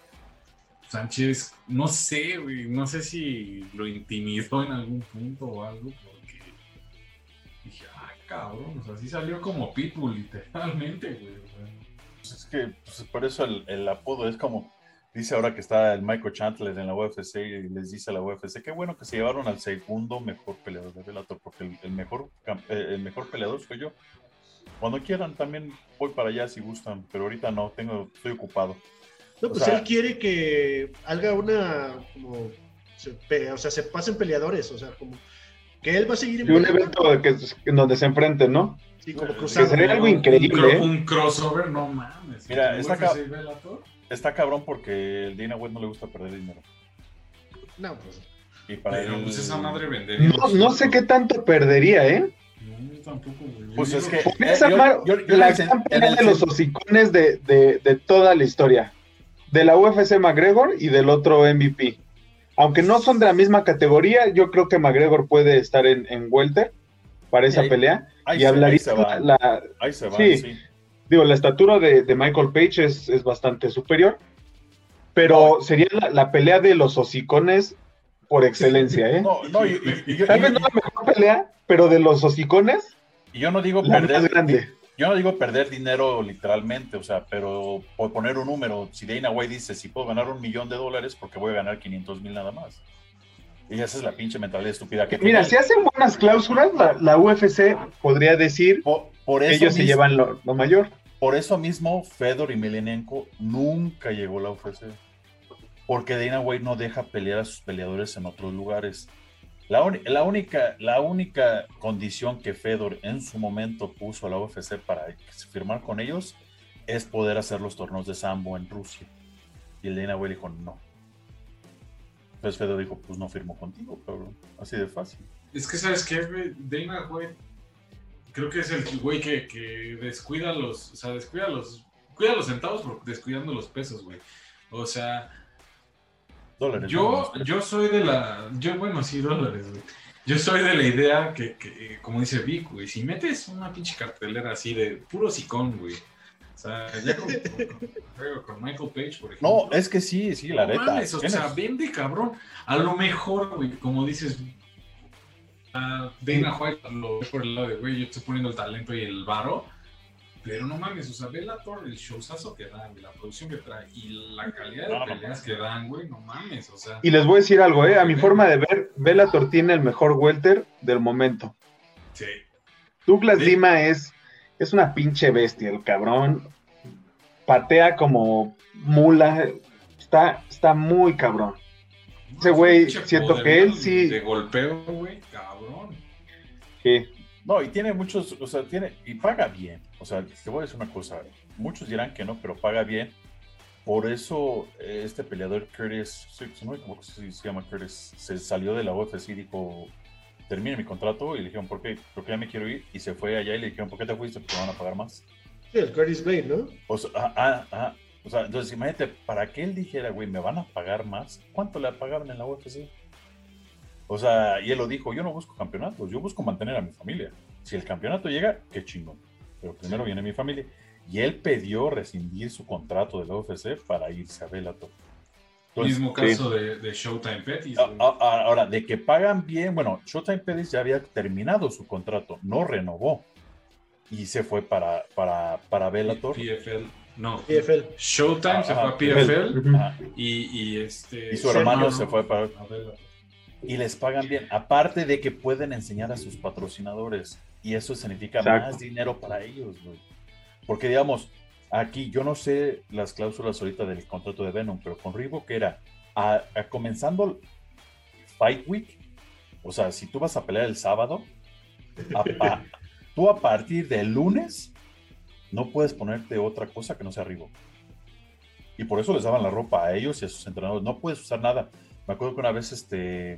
Sánchez, no sé, güey, no sé si lo intimidó en algún punto o algo, porque dije, cabrón, o sea, sí salió como Pitbull, literalmente, güey. O sea, Pues es que pues, por eso el apodo es como, dice ahora que está el Michael Chandler en la UFC y les dice a la UFC, qué bueno que se llevaron al segundo mejor peleador de Bellator, porque el mejor peleador soy yo. Cuando quieran también voy para allá si gustan, pero ahorita no, estoy ocupado. No, pues él quiere que haga una, como, se pasen peleadores, o sea, como que él va a seguir Y un evento en donde se enfrenten, ¿no? Sí, como Que cruzado. sería algo increíble, un crossover, no mames. Mira, Bellator. Está cabrón porque el Dana White no le gusta perder dinero. No, pues. Y para Pero él, pues esa madre vendería. No sé qué tanto perdería, ¿eh? No, tampoco, güey. Pues es que La gran pelea de los hocicones de toda la historia. De la UFC McGregor y del otro MVP. Aunque no son de la misma categoría, yo creo que McGregor puede estar en welter para esa pelea. Y hablaría ahí se va, sí. Digo, la estatura de Michael Page es bastante superior, pero sería la pelea de los hocicones por excelencia, ¿eh? Tal vez no la mejor pelea, pero de los hocicones, y yo no digo la más grande. Yo no digo perder dinero literalmente, o sea, pero por poner un número, si Dana White dice, si puedo ganar $1 millón, porque voy a ganar 500,000 nada más. Y esa es la pinche mentalidad estúpida que Mira, si hacen buenas cláusulas, la UFC podría decir por eso ellos se llevan lo mayor. Por eso mismo, Fedor y Emelianenko nunca llegó a la UFC. Porque Dana White no deja pelear a sus peleadores en otros lugares. La única condición que Fedor en su momento puso a la UFC para firmar con ellos es poder hacer los torneos de sambo en Rusia. Y el Dana White dijo no. Entonces Fedor dijo, pues no firmo contigo, cabrón. Así de fácil. Es que, ¿sabes qué, güey? Dana White creo que es el güey que descuida cuida los centavos por descuidando los pesos, güey. O sea, dólares. Yo soy de dólares, güey. Yo soy de la idea que como dice Vic, güey, si metes una pinche cartelera así de puro sicón, güey. O sea, ya con Michael Page, por ejemplo. No, es que sí, la neta. O sea, vende, cabrón. A lo mejor, güey, como dices, Dana White lo ve por el lado de, güey, yo estoy poniendo el talento y el varo, pero no mames, o sea, Bellator, el showzazo que dan, la producción que trae y la calidad de peleas que dan, güey, no mames, o sea. Y les voy a decir algo, a mi forma de ver, Bellator tiene el mejor welter del momento. Sí. Douglas Lima es una pinche bestia, el cabrón patea como mula, está muy cabrón. Ese güey, siento que él sí. De golpeo, güey, cabrón. Sí. No, y tiene muchos, o sea, y paga bien. O sea, te voy a decir una cosa. Muchos dirán que no, pero paga bien. Por eso, este peleador Curtis, no me equivoco si se llama Curtis, se salió de la UFC y dijo: termine mi contrato. Y le dijeron: ¿por qué? Porque ya me quiero ir. Y se fue allá y le dijeron: ¿por qué te fuiste? Porque van a pagar más. Sí, el Curtis Blade, ¿no? O sea, o sea, entonces imagínate, para que él dijera, güey, ¿me van a pagar más? ¿Cuánto le pagaban en la UFC? O sea, y él lo dijo: yo no busco campeonatos, yo busco mantener a mi familia. Si el campeonato llega, qué chingón. Pero primero viene mi familia. Y él pidió rescindir su contrato de la UFC para irse a Bellator. Entonces, mismo caso de Showtime Pettis. Ahora, de que pagan bien, bueno, Showtime Pettis ya había terminado su contrato, no renovó. Y se fue para Bellator. PFL. No, PFL. Showtime se fue a PFL y su hermano se fue para y les pagan bien, aparte de que pueden enseñar a sus patrocinadores y eso significa más dinero para ellos, güey. Porque digamos, aquí yo no sé las cláusulas ahorita del contrato de Venom, pero con Reebok era comenzando Fight Week, o sea, si tú vas a pelear el sábado, tú a partir del lunes no puedes ponerte otra cosa que no sea Reebok. Y por eso les daban la ropa a ellos y a sus entrenadores. No puedes usar nada. Me acuerdo que una vez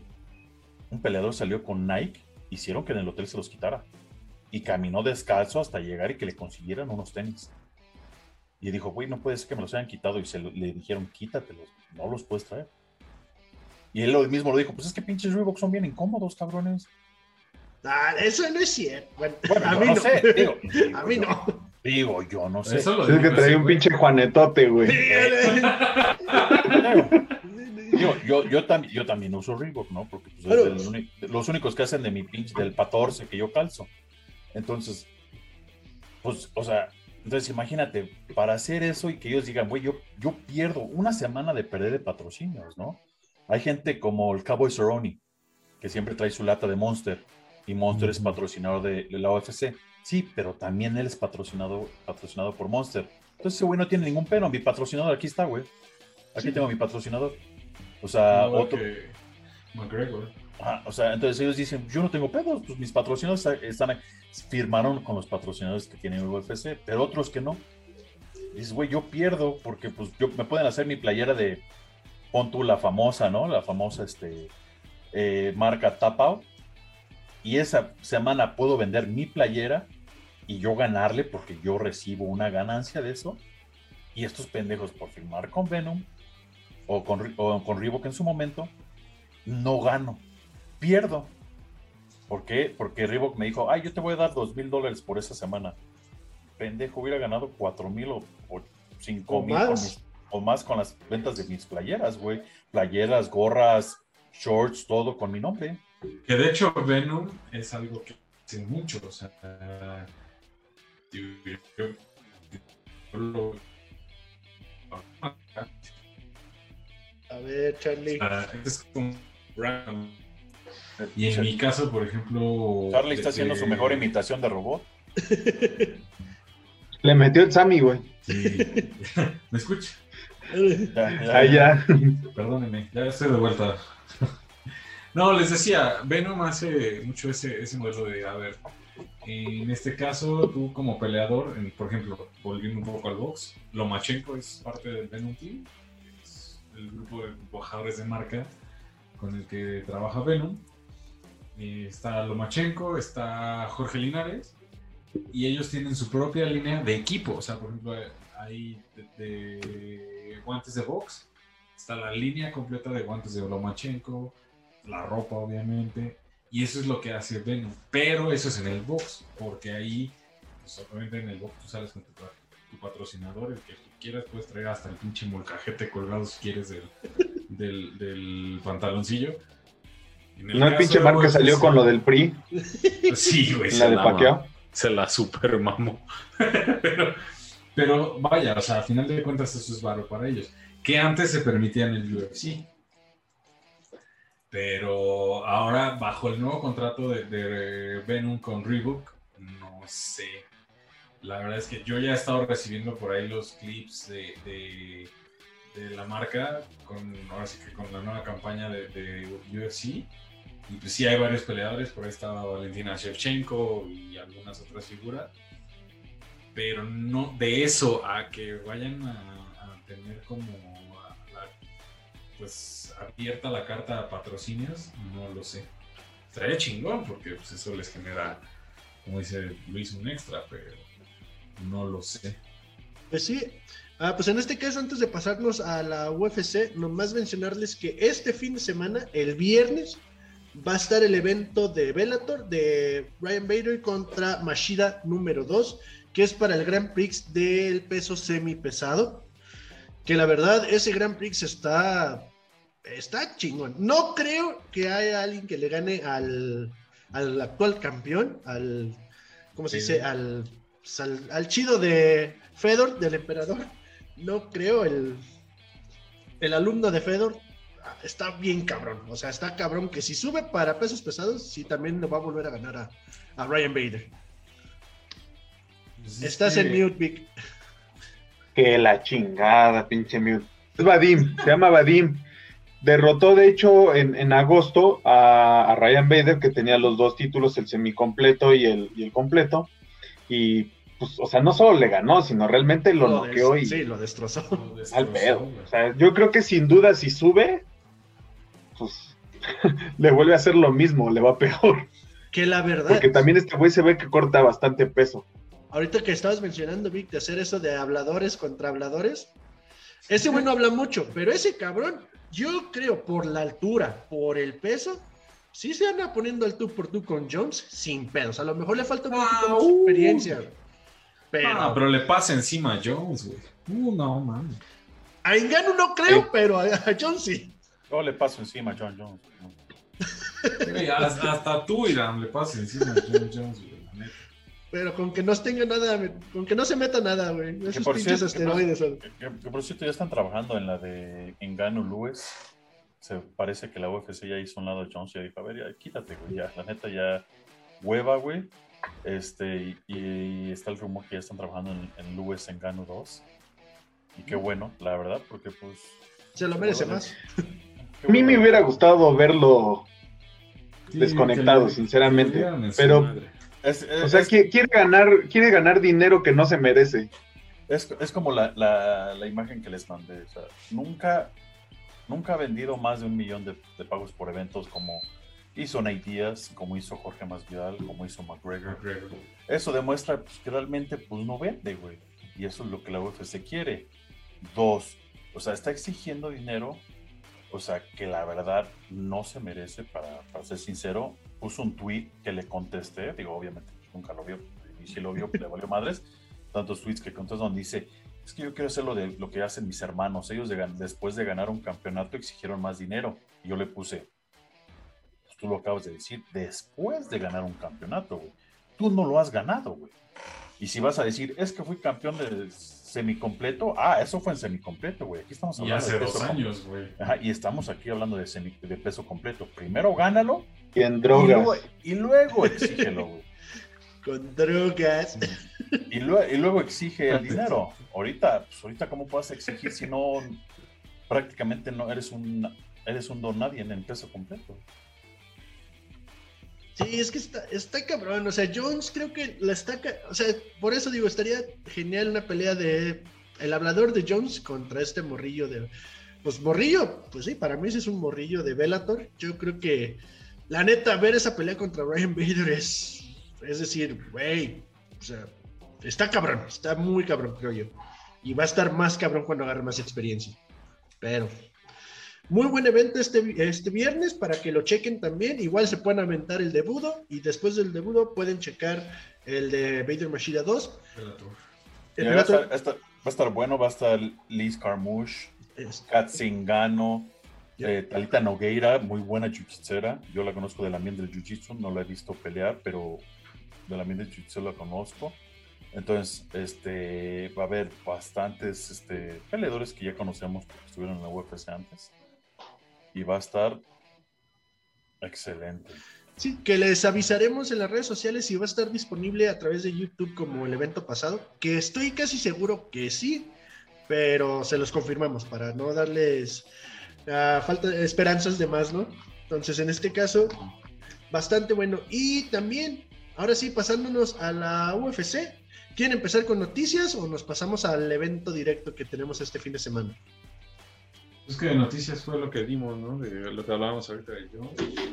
un peleador salió con Nike, hicieron que en el hotel se los quitara. Y caminó descalzo hasta llegar y que le consiguieran unos tenis. Y dijo: güey, no puede ser que me los hayan quitado. Y le dijeron: quítatelos, no los puedes traer. Y él mismo lo dijo: pues es que pinches Reebok son bien incómodos, cabrones. Eso no es cierto. Bueno, a mí no sé. Digo, a mí no. Digo, yo no sé. Es que traía un pinche Juanetote, güey. Yo también uso Reebok, ¿no? Porque pues, los únicos que hacen de mi pinche del 14 que yo calzo. Entonces, pues, o sea, entonces imagínate, para hacer eso y que ellos digan: güey, yo pierdo una semana de perder de patrocinios, ¿no? Hay gente como el Cowboy Cerrone, que siempre trae su lata de Monster, y Monster es patrocinador de la UFC. Sí, pero también él es patrocinado por Monster. Entonces ese güey no tiene ningún pelo. Mi patrocinador aquí está, güey. Aquí tengo mi patrocinador. O sea, otro. McGregor. O sea, entonces ellos dicen: yo no tengo pedos, pues mis patrocinadores firmaron con los patrocinadores que tienen el UFC, pero otros que no. Dices: güey, yo pierdo porque pues me pueden hacer mi playera de, pon tú la famosa, ¿no? La famosa marca Tap Out. Y esa semana puedo vender mi playera y yo ganarle porque yo recibo una ganancia de eso. Y estos pendejos, por firmar con Venom o con Reebok en su momento, no gano, pierdo. ¿Por qué? Porque Reebok me dijo: yo te voy a dar $2,000 por esa semana. Pendejo, hubiera ganado 4,000 o 5,000 o más con las ventas de mis playeras, güey. Playeras, gorras, shorts, todo con mi nombre. Que de hecho Venom es algo que hacen mucho, o sea, a ver, Charlie. Es como random. Y en mi caso, por ejemplo, Charlie está haciendo su mejor imitación de robot. Le metió el Sammy, güey. Sí. ¿Me escucha? Ya. Perdónenme, ya estoy de vuelta. No, les decía, Venom hace mucho ese modelo de, a ver, en este caso, tú como peleador, por ejemplo, volviendo un poco al box, Lomachenko es parte del Venom Team, es el grupo de embajadores de marca con el que trabaja Venom. Está Lomachenko, está Jorge Linares, y ellos tienen su propia línea de equipo. O sea, por ejemplo, hay de guantes de box, está la línea completa de guantes de Lomachenko, la ropa obviamente, y eso es lo que hace Venom, pero eso es en el box, porque ahí, pues obviamente en el box tú sales con tu patrocinador, el que tú quieras, puedes traer hasta el pinche molcajete colgado si quieres del pantaloncillo, No el pinche Marco que salió con lo del PRI. Sí, güey. La de Pacquiao. Se la super mamó. pero vaya, o sea, a final de cuentas eso es varo para ellos. Que antes se permitían el UFC. Pero ahora, bajo el nuevo contrato de Venum con Reebok, no sé. La verdad es que yo ya he estado recibiendo por ahí los clips de la marca, ahora sí que con la nueva campaña de UFC. Y pues sí hay varios peleadores, por ahí estaba Valentina Shevchenko y algunas otras figuras. Pero no de eso a que vayan a tener como pues abierta la carta a patrocinios, no lo sé. Estaría chingón porque pues eso les genera, como dice Luis, un extra, pero no lo sé. Pues sí. Pues en este caso, antes de pasarnos a la UFC, nomás mencionarles que este fin de semana, el viernes, va a estar el evento de Bellator de Ryan Bader contra Machida número 2, que es para el Grand Prix del peso semipesado. Que la verdad, ese Grand Prix está chingón. No creo que haya alguien que le gane al actual campeón, ¿cómo se dice? Al chido de Fedor, del emperador. No creo, el alumno de Fedor está bien cabrón. O sea, está cabrón que si sube para pesos pesados, sí también le va a volver a ganar a Ryan Bader. Pues estás en mute, Vic. Que la chingada, pinche mute. Es Vadim, se llama Vadim. Derrotó, de hecho, en agosto a Ryan Bader, que tenía los dos títulos, el semicompleto y el completo. Y, pues, o sea, no solo le ganó, sino realmente lo noqueó y... Sí, lo destrozó. Al pedo. O sea, yo creo que sin duda, si sube, pues, le vuelve a hacer lo mismo, le va peor. Que la verdad... Porque también este güey se ve que corta bastante peso. Ahorita que estabas mencionando, Vic, de hacer eso de habladores contra habladores, ese güey no habla mucho, pero ese cabrón, yo creo, por la altura, por el peso, sí se anda poniendo al tú por tú con Jones sin pedos. A lo mejor le falta un poquito más de experiencia. Pero le pasa encima a Jones, güey. No, man. A Ngannou no creo, pero a Jones sí. Yo le paso encima a John Jones. Hasta tú, Irán, le pasa encima a John Jones, güey. Pero con que no tenga nada, con que no se meta nada, güey. Esos pinches esteroides. Que por cierto ya están trabajando en la de Ngannou Lewis. Se parece que la UFC ya hizo un lado a Jones y ya dijo, a ver, ya quítate, güey, ya, la neta ya hueva, güey. Y está el rumor que ya están trabajando en Lewis Ngannou 2. Y qué bueno, la verdad, porque pues... Se lo merece más. A mí me hubiera gustado verlo desconectado, sinceramente. Pero... o sea, quiere ganar dinero que no se merece. Es como la imagen que les mandé. O sea, nunca ha vendido más de 1 millón de pagos por eventos como hizo Nate Diaz, como hizo Jorge Masvidal, como hizo McGregor. Eso demuestra pues, que realmente pues, no vende, güey. Y eso es lo que la UFC quiere. 2, o sea, está exigiendo dinero, o sea, que la verdad no se merece, para ser sincero. Puso un tweet que le contesté, digo, obviamente nunca lo vio, y si lo vio, le valió madres, tantos tweets que contestó donde dice, es que yo quiero hacer lo que hacen mis hermanos, ellos después de ganar un campeonato exigieron más dinero, y yo le puse, pues tú lo acabas de decir, después de ganar un campeonato, güey, tú no lo has ganado, güey, y si vas a decir, es que fui campeón de semicompleto, eso fue en semicompleto, güey, aquí estamos hablando y hace de peso 2 años, güey. Y estamos aquí hablando de peso completo, primero gánalo, y en drogas. Y luego exígelo, güey. Con drogas. Y luego exige el dinero. Ahorita, ¿cómo puedes exigir si no prácticamente no eres un don nadie en el peso completo? Sí, es que está cabrón. O sea, Jones creo que o sea, por eso digo, estaría genial una pelea de el hablador de Jones contra este morrillo de... Pues morrillo, pues sí, para mí ese es un morrillo de Bellator. Yo creo que la neta, ver esa pelea contra Ryan Bader es decir, güey, o sea, está cabrón, está muy cabrón, creo yo. Y va a estar más cabrón cuando agarre más experiencia. Pero, muy buen evento este viernes para que lo chequen también. Igual se pueden aventar el de Budo y después del de Budo pueden checar el de Bader Machida 2. Va a estar bueno, va a estar Liz Carmouche, Kat Zingano, Talita Nogueira, muy buena jiu-jitsera. Yo la conozco del ambiente del jiu-jitsu, no la he visto pelear, pero del ambiente del jiu-jitsu la conozco. Entonces, va a haber bastantes peleadores que ya conocemos porque estuvieron en la UFC antes. Y va a estar excelente. Sí, que les avisaremos en las redes sociales si va a estar disponible a través de YouTube como el evento pasado, que estoy casi seguro que sí, pero se los confirmamos para no darles falta de esperanzas de más, ¿no? Entonces, en este caso, bastante bueno. Y también, ahora sí, pasándonos a la UFC, ¿quieren empezar con noticias o nos pasamos al evento directo que tenemos este fin de semana? Es que de noticias fue lo que dimos, ¿no? De lo que hablábamos ahorita de yo.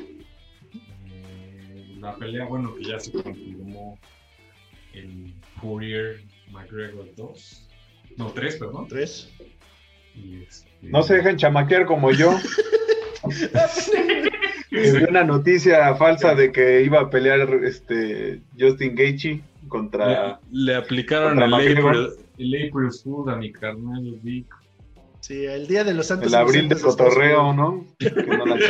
La pelea, bueno, que ya se confirmó el Poirier McGregor 2. No, 3, perdón. 3. Y No se dejen chamaquear como yo. Vi una noticia falsa de que iba a pelear Justin Gaethje contra... Le aplicaron el April Fool a mi carnal Vic. Sí, el día de los santos. El abril de cotorreo, ¿no? Que no la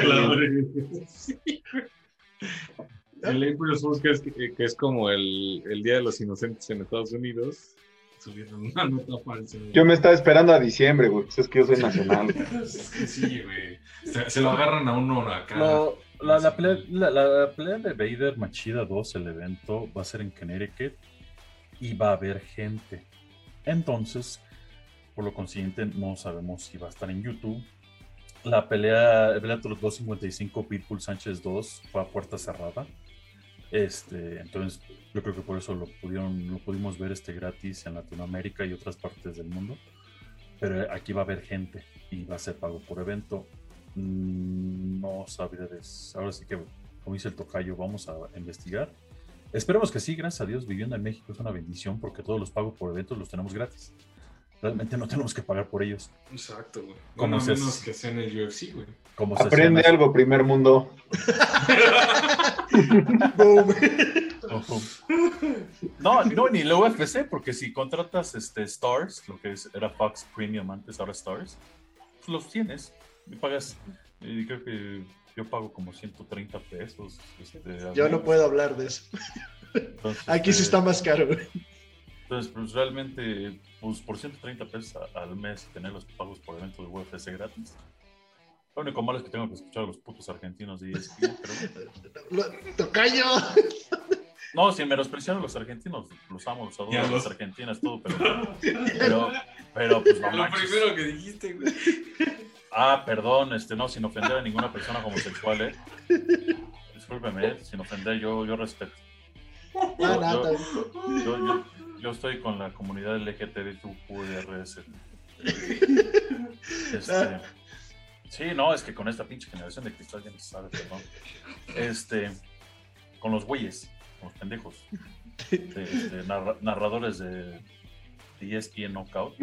el April Fool, que es como el Día de los Inocentes en Estados Unidos. Subieron una nota falsa. Yo me estaba esperando a diciembre, güey. Pues es que yo soy nacional. Es que sí, güey. Se lo agarran a uno acá. La pelea de Vader Machida 2, el evento, va a ser en Connecticut y va a haber gente. Entonces, por lo consiguiente, no sabemos si va a estar en YouTube. La pelea Bellator 255 Pitbull Sánchez 2 fue a puerta cerrada. Entonces, yo creo que por eso lo pudimos ver gratis en Latinoamérica y otras partes del mundo. Pero aquí va a haber gente y va a ser pago por evento. No sabría ahora sí que, como dice el tocayo, vamos a investigar. Esperemos que sí, gracias a Dios, viviendo en México es una bendición porque todos los pagos por eventos los tenemos gratis. Realmente no tenemos que pagar por ellos. Exacto, güey. Como menos que sea en el UFC, güey. Aprende algo, primer mundo. No, ni la UFC, porque si contratas Stars, lo que era Fox Premium antes, ahora Stars, pues los tienes y pagas. Y creo que yo pago como 130 pesos. Yo no puedo hablar de eso. Entonces, aquí sí está más caro. Entonces, pues realmente, pues por 130 pesos al mes tener los pagos por evento de UFC gratis. Lo único malo es que tengo que escuchar a los putos argentinos de ESPN, pero... ¡Tocayo! No, sin menospreciar a los argentinos, los amo, los adoro, las argentinas, todo, pero pues no manches. Lo primero que dijiste, güey. Perdón, no, sin ofender a ninguna persona homosexual, Discúlpeme, sin ofender, yo respeto. Yo estoy con la comunidad LGTBIQRS. Sí, no, es que con esta pinche generación de cristal ya no se sabe, perdón. Con los güeyes, con los pendejos. Narradores de ESPN Knockout.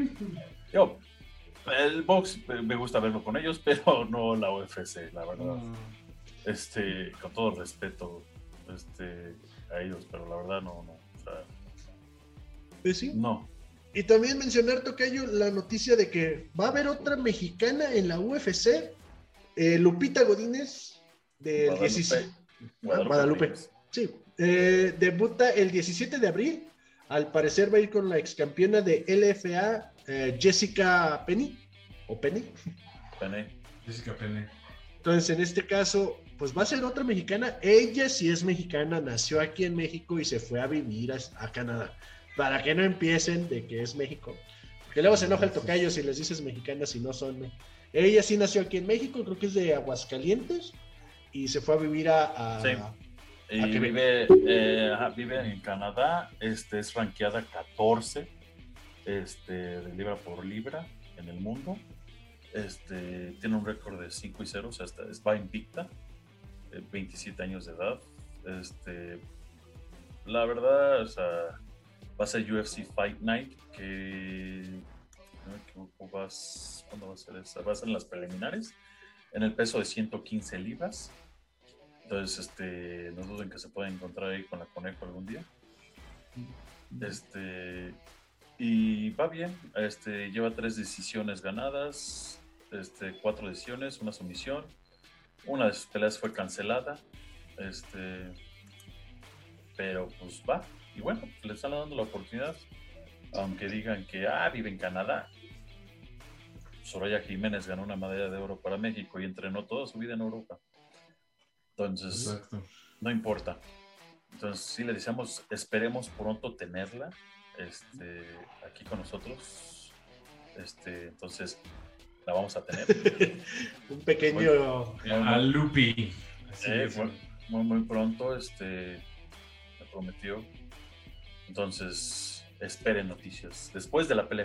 El box me gusta verlo con ellos, pero no la UFC, la verdad. Con todo respeto a ellos, pero la verdad no. O sea, ¿Sí? No. Y también mencionar, tocayo, la noticia de que va a haber otra mexicana en la UFC, Lupita Godínez, del 17. Guadalupe. Sí. Debuta el 17 de abril. Al parecer va a ir con la excampeona de LFA, Jessica Penny. ¿O Penny? Jessica Penny. Entonces, en este caso, pues va a ser otra mexicana. Ella sí es mexicana, nació aquí en México y se fue a vivir a Canadá. Para que no empiecen de que es México. Porque luego se enoja el tocayo si les dices mexicanas si no son. ¿No? Ella sí nació aquí en México, creo que es de Aguascalientes. Y se fue a vivir Sí. Y vive en Canadá. Es rankeada 14 de libra por libra en el mundo. Tiene un récord de 5-0, o sea, va invicta. 27 años de edad. La verdad, o sea, va a ser UFC Fight Night, que no me equivoco, ¿cuándo va a ser esa? Va a ser en las preliminares, en el peso de 115 libras. Entonces, no duden que se pueda encontrar ahí con la Conejo algún día. Y va bien, lleva 3 decisiones ganadas, 4 decisiones, una sumisión. Una de sus peleas fue cancelada. Pero pues va. Y bueno, le están dando la oportunidad. Aunque digan que vive en Canadá. Soraya Jiménez ganó una medalla de oro para México y entrenó toda su vida en Europa. Entonces, Exacto. no importa. Entonces, sí le decíamos, esperemos pronto tenerla aquí con nosotros. Entonces, la vamos a tener. Un pequeño... A Lupi. Muy pronto, me prometió. Entonces, esperen noticias. Después de la pelea.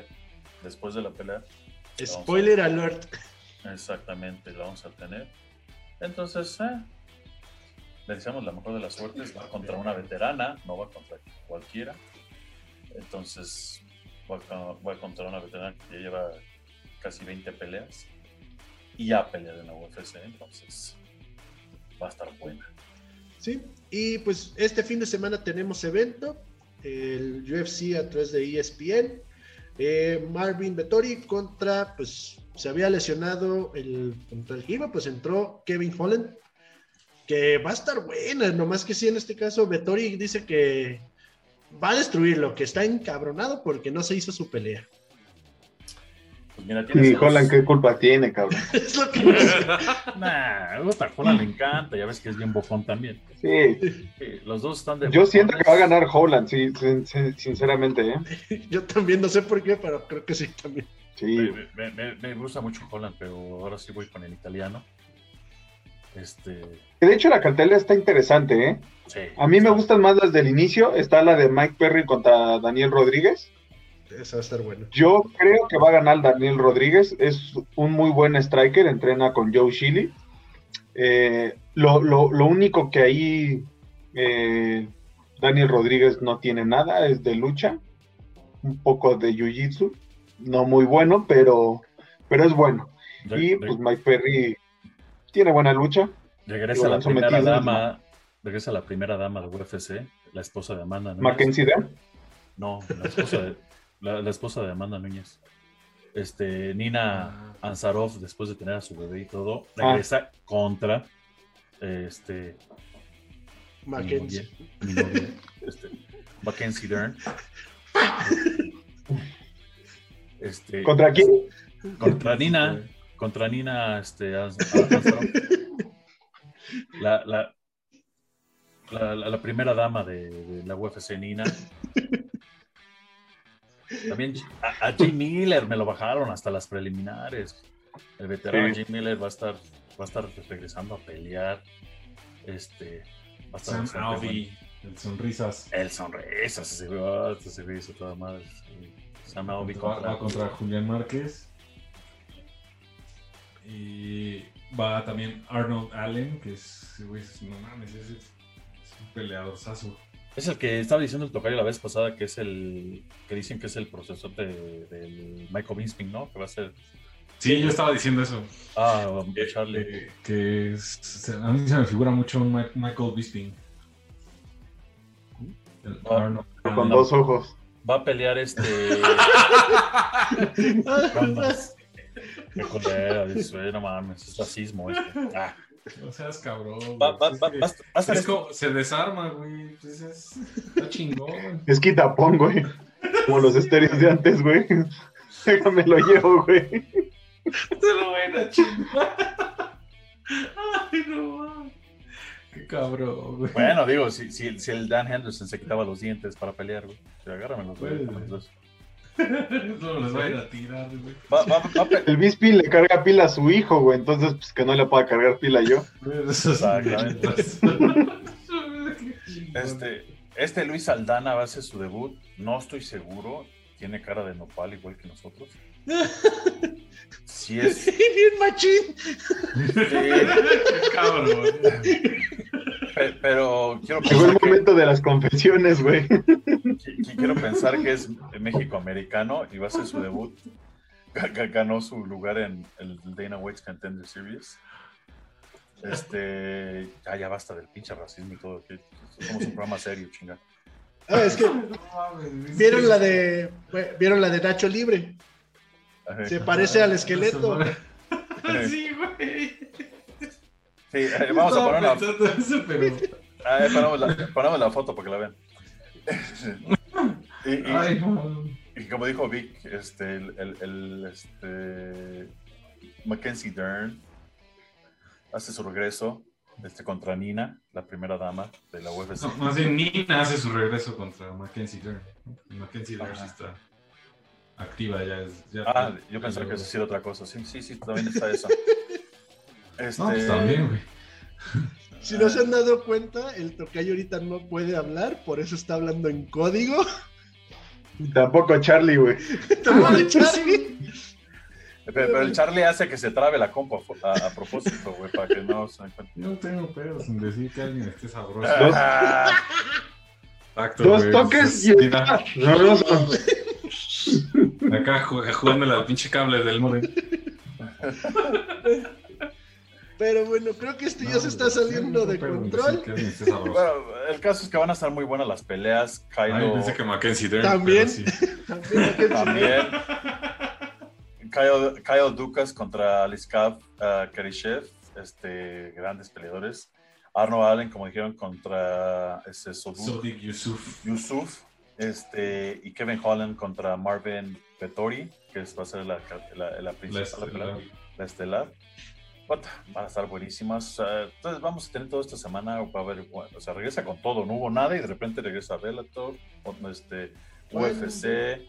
Spoiler alert. Exactamente, la vamos a tener. Entonces, le deseamos la mejor de las suertes. Va contra una veterana, no va contra cualquiera. Entonces, va contra una veterana que ya lleva casi 20 peleas y ya peleado en la UFC, entonces va a estar buena. Sí, y pues este fin de semana tenemos evento, el UFC a través de ESPN. Marvin Vettori contra, pues se había lesionado contra el Giba, pues entró Kevin Holland, que va a estar buena, nomás que sí, en este caso Vettori dice que va a destruirlo, que está encabronado porque no se hizo su pelea. Pues mira, y Holland, ¿qué culpa tiene, cabrón? Es lo que me dice. A Holland le encanta, ya ves que es bien bofón también. Sí. Sí, los dos están de Yo bofones. siento que va a ganar Holland, sí, sinceramente, Yo también no sé por qué, pero creo que sí también. Sí. Me gusta mucho Holland, pero ahora sí voy con el italiano. De hecho, la cartelera está interesante, ¿eh? Sí, A mí me gustan más las del inicio. Está la de Mike Perry contra Daniel Rodríguez. Eso va a estar bueno. Yo creo que va a ganar Daniel Rodríguez. Es un muy buen striker. Entrena con Joe Shilly. Lo único que ahí Daniel Rodríguez no tiene nada es de lucha. Un poco de jiu-jitsu. No muy bueno, pero es bueno. Y pues Mike Perry tiene buena lucha. Regresa la primera dama de UFC, la esposa de Amanda Núñez. Mackenzie Dern. No, la esposa de Amanda Núñez. Nina Ansarov, después de tener a su bebé y todo, regresa contra Mackenzie. mi novia, Mackenzie Dern. ¿Contra quién? Contra Nina Ansarov. La primera dama de la UFC, Nina. También a Jim Miller me lo bajaron hasta las preliminares. El veterano Jim Miller va a estar regresando a pelear. Va a estar Sam Alvey, el Sonrisas. Ese güey hizo toda madre. Sam Alvey contra Julián Márquez. Y va también Arnold Allen, que es, güey, no mames, es un peleadorzazo. Es el que estaba diciendo el tocayo la vez pasada, que es el que dicen que es el profesor del Michael Bisping, ¿no? Que va a ser. Sí, yo estaba diciendo eso. Charlie. A mí se me figura mucho un Michael Bisping. Con dos ojos. Va a pelear no mames, es racismo No seas cabrón. Se desarma, güey. Está chingón. Es quitapón, güey. Como los estéreos de antes, güey. Déjame lo llevo, güey. Se lo ven a chingar. Ay, no mames. Qué cabrón, güey. Bueno, digo, si el Dan Henderson se quitaba los dientes para pelear, güey. Agárramelos, güey. No les vayan a tirar, güey. El Bisping le carga pila a su hijo, güey. Entonces, pues que no le pueda cargar pila yo. Exactamente. Luis Aldana va a hacer su debut. No estoy seguro. Tiene cara de nopal igual que nosotros. Sí es. Bien machín. Sí. Cabrón. Pero quiero pensar. Llegó el momento de las confesiones, güey. Quiero pensar que es México-americano y va a ser su debut. Ganó su lugar en el Dana White's Contender Series. Ya basta del pinche racismo y todo. Somos un programa serio, chinga. Es que vieron la de Nacho Libre. Se parece al esqueleto. Sí, vamos a poner una... pensando eso, pero... ponemos la foto para que la vean. Ay, no. Y como dijo Vic, Mackenzie Dern hace su regreso contra Nina, la primera dama de la UFC. No, más bien Nina hace su regreso contra Mackenzie Dern. Mackenzie Dern sí está activa ya. Yo pensaba que eso sí era otra cosa. Sí, también está eso. No, pues también, güey. Si no se han dado cuenta, el tocayo ahorita no puede hablar, por eso está hablando en código. Tampoco Charlie, güey. Tampoco Charlie. Pero el Charlie hace que se trabe la compa a propósito, güey, para que no se encuentre. Yo no tengo pedos en decir que alguien esté sabroso. Exacto, Dos güey. toques y Mira, sabroso. acá jugándole al pinche cable del modem. Pero bueno, creo que ya se está saliendo de control. Bueno, el caso es que van a estar muy buenas las peleas. Kylo... pensé que Mackenzie Dern. También. Sí. También. Kyle Dukas contra Aliskav Karishev, grandes peleadores. Arno Allen, como dijeron, contra Sodiq Yusuf. Y Kevin Holland contra Marvin Vettori, que va a ser la principal, la estelar. Van a estar buenísimas. Entonces vamos a tener toda esta semana. Va a haber, regresa con todo. No hubo nada y de repente regresa Bellator, UFC,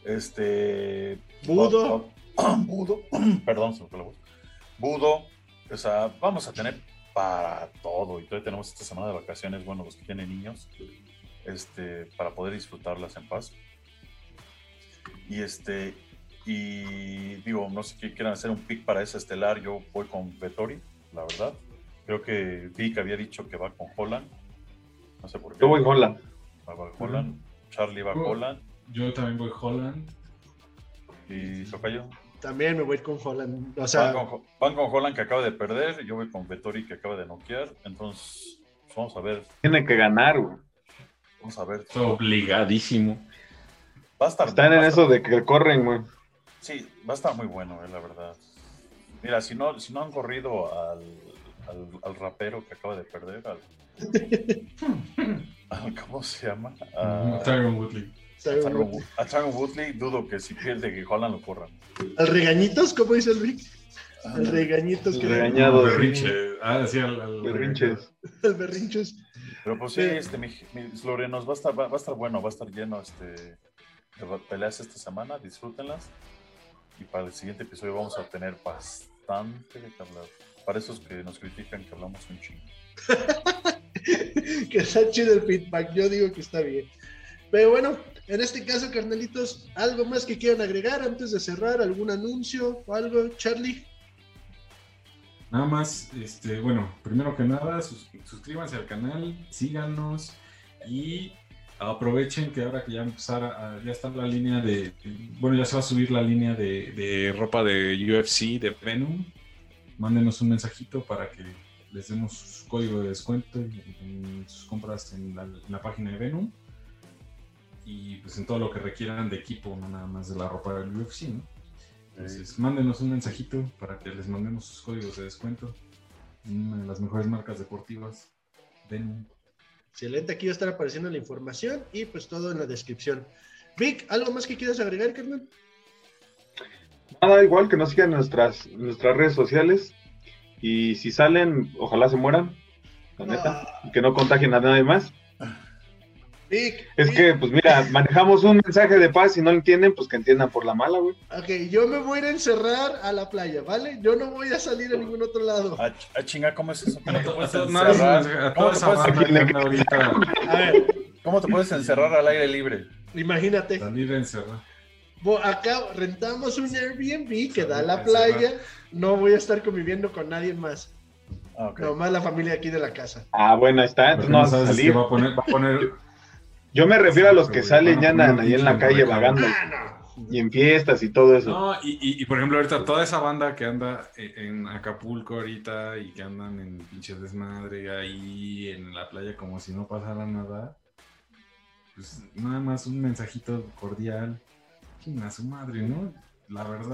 Budo. Perdón, se me fue la voz. Budo. Vamos a tener para todo. Y todavía tenemos esta semana de vacaciones, bueno, los que tienen niños, para poder disfrutarlas en paz. Y digo, no sé qué quieran hacer un pick para esa estelar. Yo voy con Vettori, la verdad. Creo que Vic había dicho que va con Holland. No sé por qué. Yo voy Holland. Va Holland. Charlie va Holland. Yo también voy Holland. ¿Y Tocayo? También me voy con Holland. O sea, van con Holland, que acaba de perder. Yo voy con Vettori, que acaba de noquear. Entonces, vamos a ver. Tiene que ganar, güey. Vamos a ver. Está obligadísimo. Están en eso de que corren, güey. Sí, va a estar muy bueno, la verdad. Mira, si no han corrido al rapero que acaba de perder, ¿cómo se llama? Tyron Woodley. A Tyron Woodley, dudo que si pierde que Holland lo corran. ¿Al regañitos? ¿Cómo dice el Vic? Al regañitos. El regañado. Berrinche. Sí, al berrinches. El berrinches. Pero pues sí, mis Lorenos, va a estar bueno, va a estar lleno de peleas esta semana, disfrútenlas. Y para el siguiente episodio vamos a tener bastante de que hablar. Para esos que nos critican que hablamos un chingo. Que está chido el feedback, yo digo que está bien. Pero bueno, en este caso, carnalitos, ¿algo más que quieran agregar antes de cerrar? ¿Algún anuncio o algo, Charlie? Nada más, bueno, primero que nada, suscríbanse al canal, síganos y aprovechen que ahora que ya ya está la línea ya se va a subir la línea de ropa de UFC, de Venom. Mándenos un mensajito para que les demos su código de descuento en sus compras en la página de Venom. Y pues en todo lo que requieran de equipo, no nada más de la ropa del UFC, ¿no? Entonces, mándenos un mensajito para que les mandemos sus códigos de descuento. Una de las mejores marcas deportivas, Venom. Excelente, aquí va a estar apareciendo la información y pues todo en la descripción. Vic, ¿algo más que quieras agregar, carnal? Nada, igual que nos sigan en nuestras redes sociales. Y si salen, ojalá se mueran, la neta, y que no contagien a nadie más. Vic, Que, pues mira, manejamos un mensaje de paz y no lo entienden, pues que entiendan por la mala, güey. Ok, yo me voy a ir a encerrar a la playa, ¿vale? Yo no voy a salir a ningún otro lado. Chinga, ¿cómo es eso? ¿Cómo te puedes encerrar al aire libre? Imagínate. Salir a encerrar. Acá rentamos un Airbnb que da a la playa. No voy a estar conviviendo con nadie más. Okay. Nomás la familia aquí de la casa. Bueno, ahí está. Entonces no vas a salir. Va a poner... Yo me refiero a los que salen y andan ahí en la calle vagando. Y en fiestas y todo eso. No, y por ejemplo, ahorita toda esa banda que anda en Acapulco ahorita y que andan en pinche desmadre ahí en la playa como si no pasara nada, pues nada más un mensajito cordial. A su madre, ¿no? La verdad,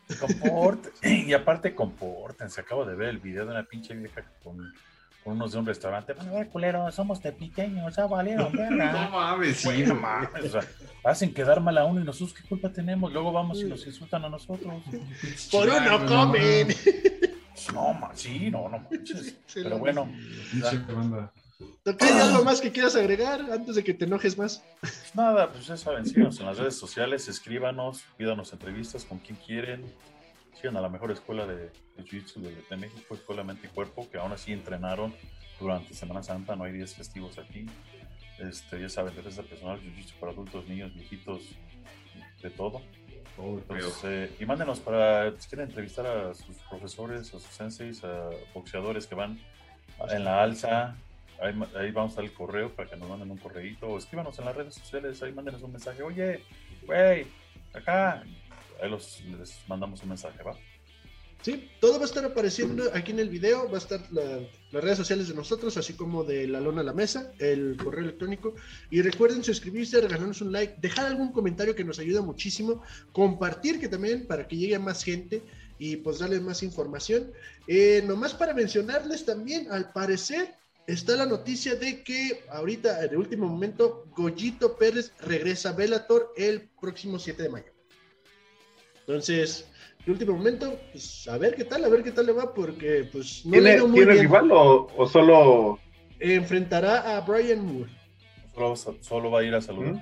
Y aparte compórtense. Acabo de ver el video de una pinche vieja con unos de un restaurante. Bueno, a ver, culero, somos tepiqueños, ya valieron, verga. No mames, sí. Bueno, mames, o sea, hacen quedar mal a uno y nosotros, ¿qué culpa tenemos? Luego vamos y nos insultan a nosotros. Por uno comen. No, sí, no manches. Pero bueno, Pinche banda. ¿Hay algo más que quieras agregar antes de que te enojes más? pues nada, pues ya saben, síganos en las redes sociales, escríbanos, pídanos entrevistas con quien quieren. Sigan a la mejor escuela de Jiu-Jitsu de México, Escuela Mente y Cuerpo, que aún así entrenaron durante Semana Santa, no hay días festivos aquí. Ya saben, defensa personal, Jiu-Jitsu para adultos, niños, viejitos, de todo. Entonces, y mándenos para, si quieren entrevistar a sus profesores, a sus senseis, a boxeadores que van en la alza, ahí vamos a dar el correo para que nos manden un correíto, o escríbanos en las redes sociales, ahí mándenos un mensaje, oye, güey, acá, ahí les mandamos un mensaje, ¿va? Sí, todo va a estar apareciendo aquí en el video, va a estar las redes sociales de nosotros, así como de La Lona a la Mesa, el correo electrónico, y recuerden suscribirse, regalarnos un like, dejar algún comentario que nos ayuda muchísimo, compartir que también para que llegue a más gente y pues darles más información. Nomás para mencionarles también, al parecer está la noticia de que ahorita, en el último momento, Goyito Pérez regresa a Bellator el próximo 7 de mayo. Entonces, el último momento, pues a ver qué tal le va, porque pues no le ha ido muy ¿Tiene bien. rival o solo...? Enfrentará a Brian Moore. Solo va a ir a saludar.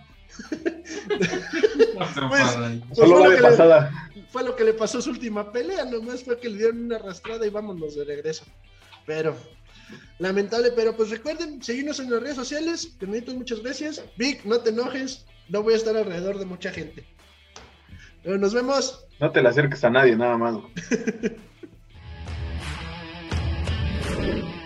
Solo va de pasada. Fue lo que le pasó a su última pelea, nomás fue que le dieron una arrastrada y vámonos de regreso. Pero, lamentable, pero pues recuerden, seguirnos en las redes sociales. Carnitos, muchas gracias. Vic, no te enojes, no voy a estar alrededor de mucha gente. Pero nos vemos. No te le acerques a nadie, nada más.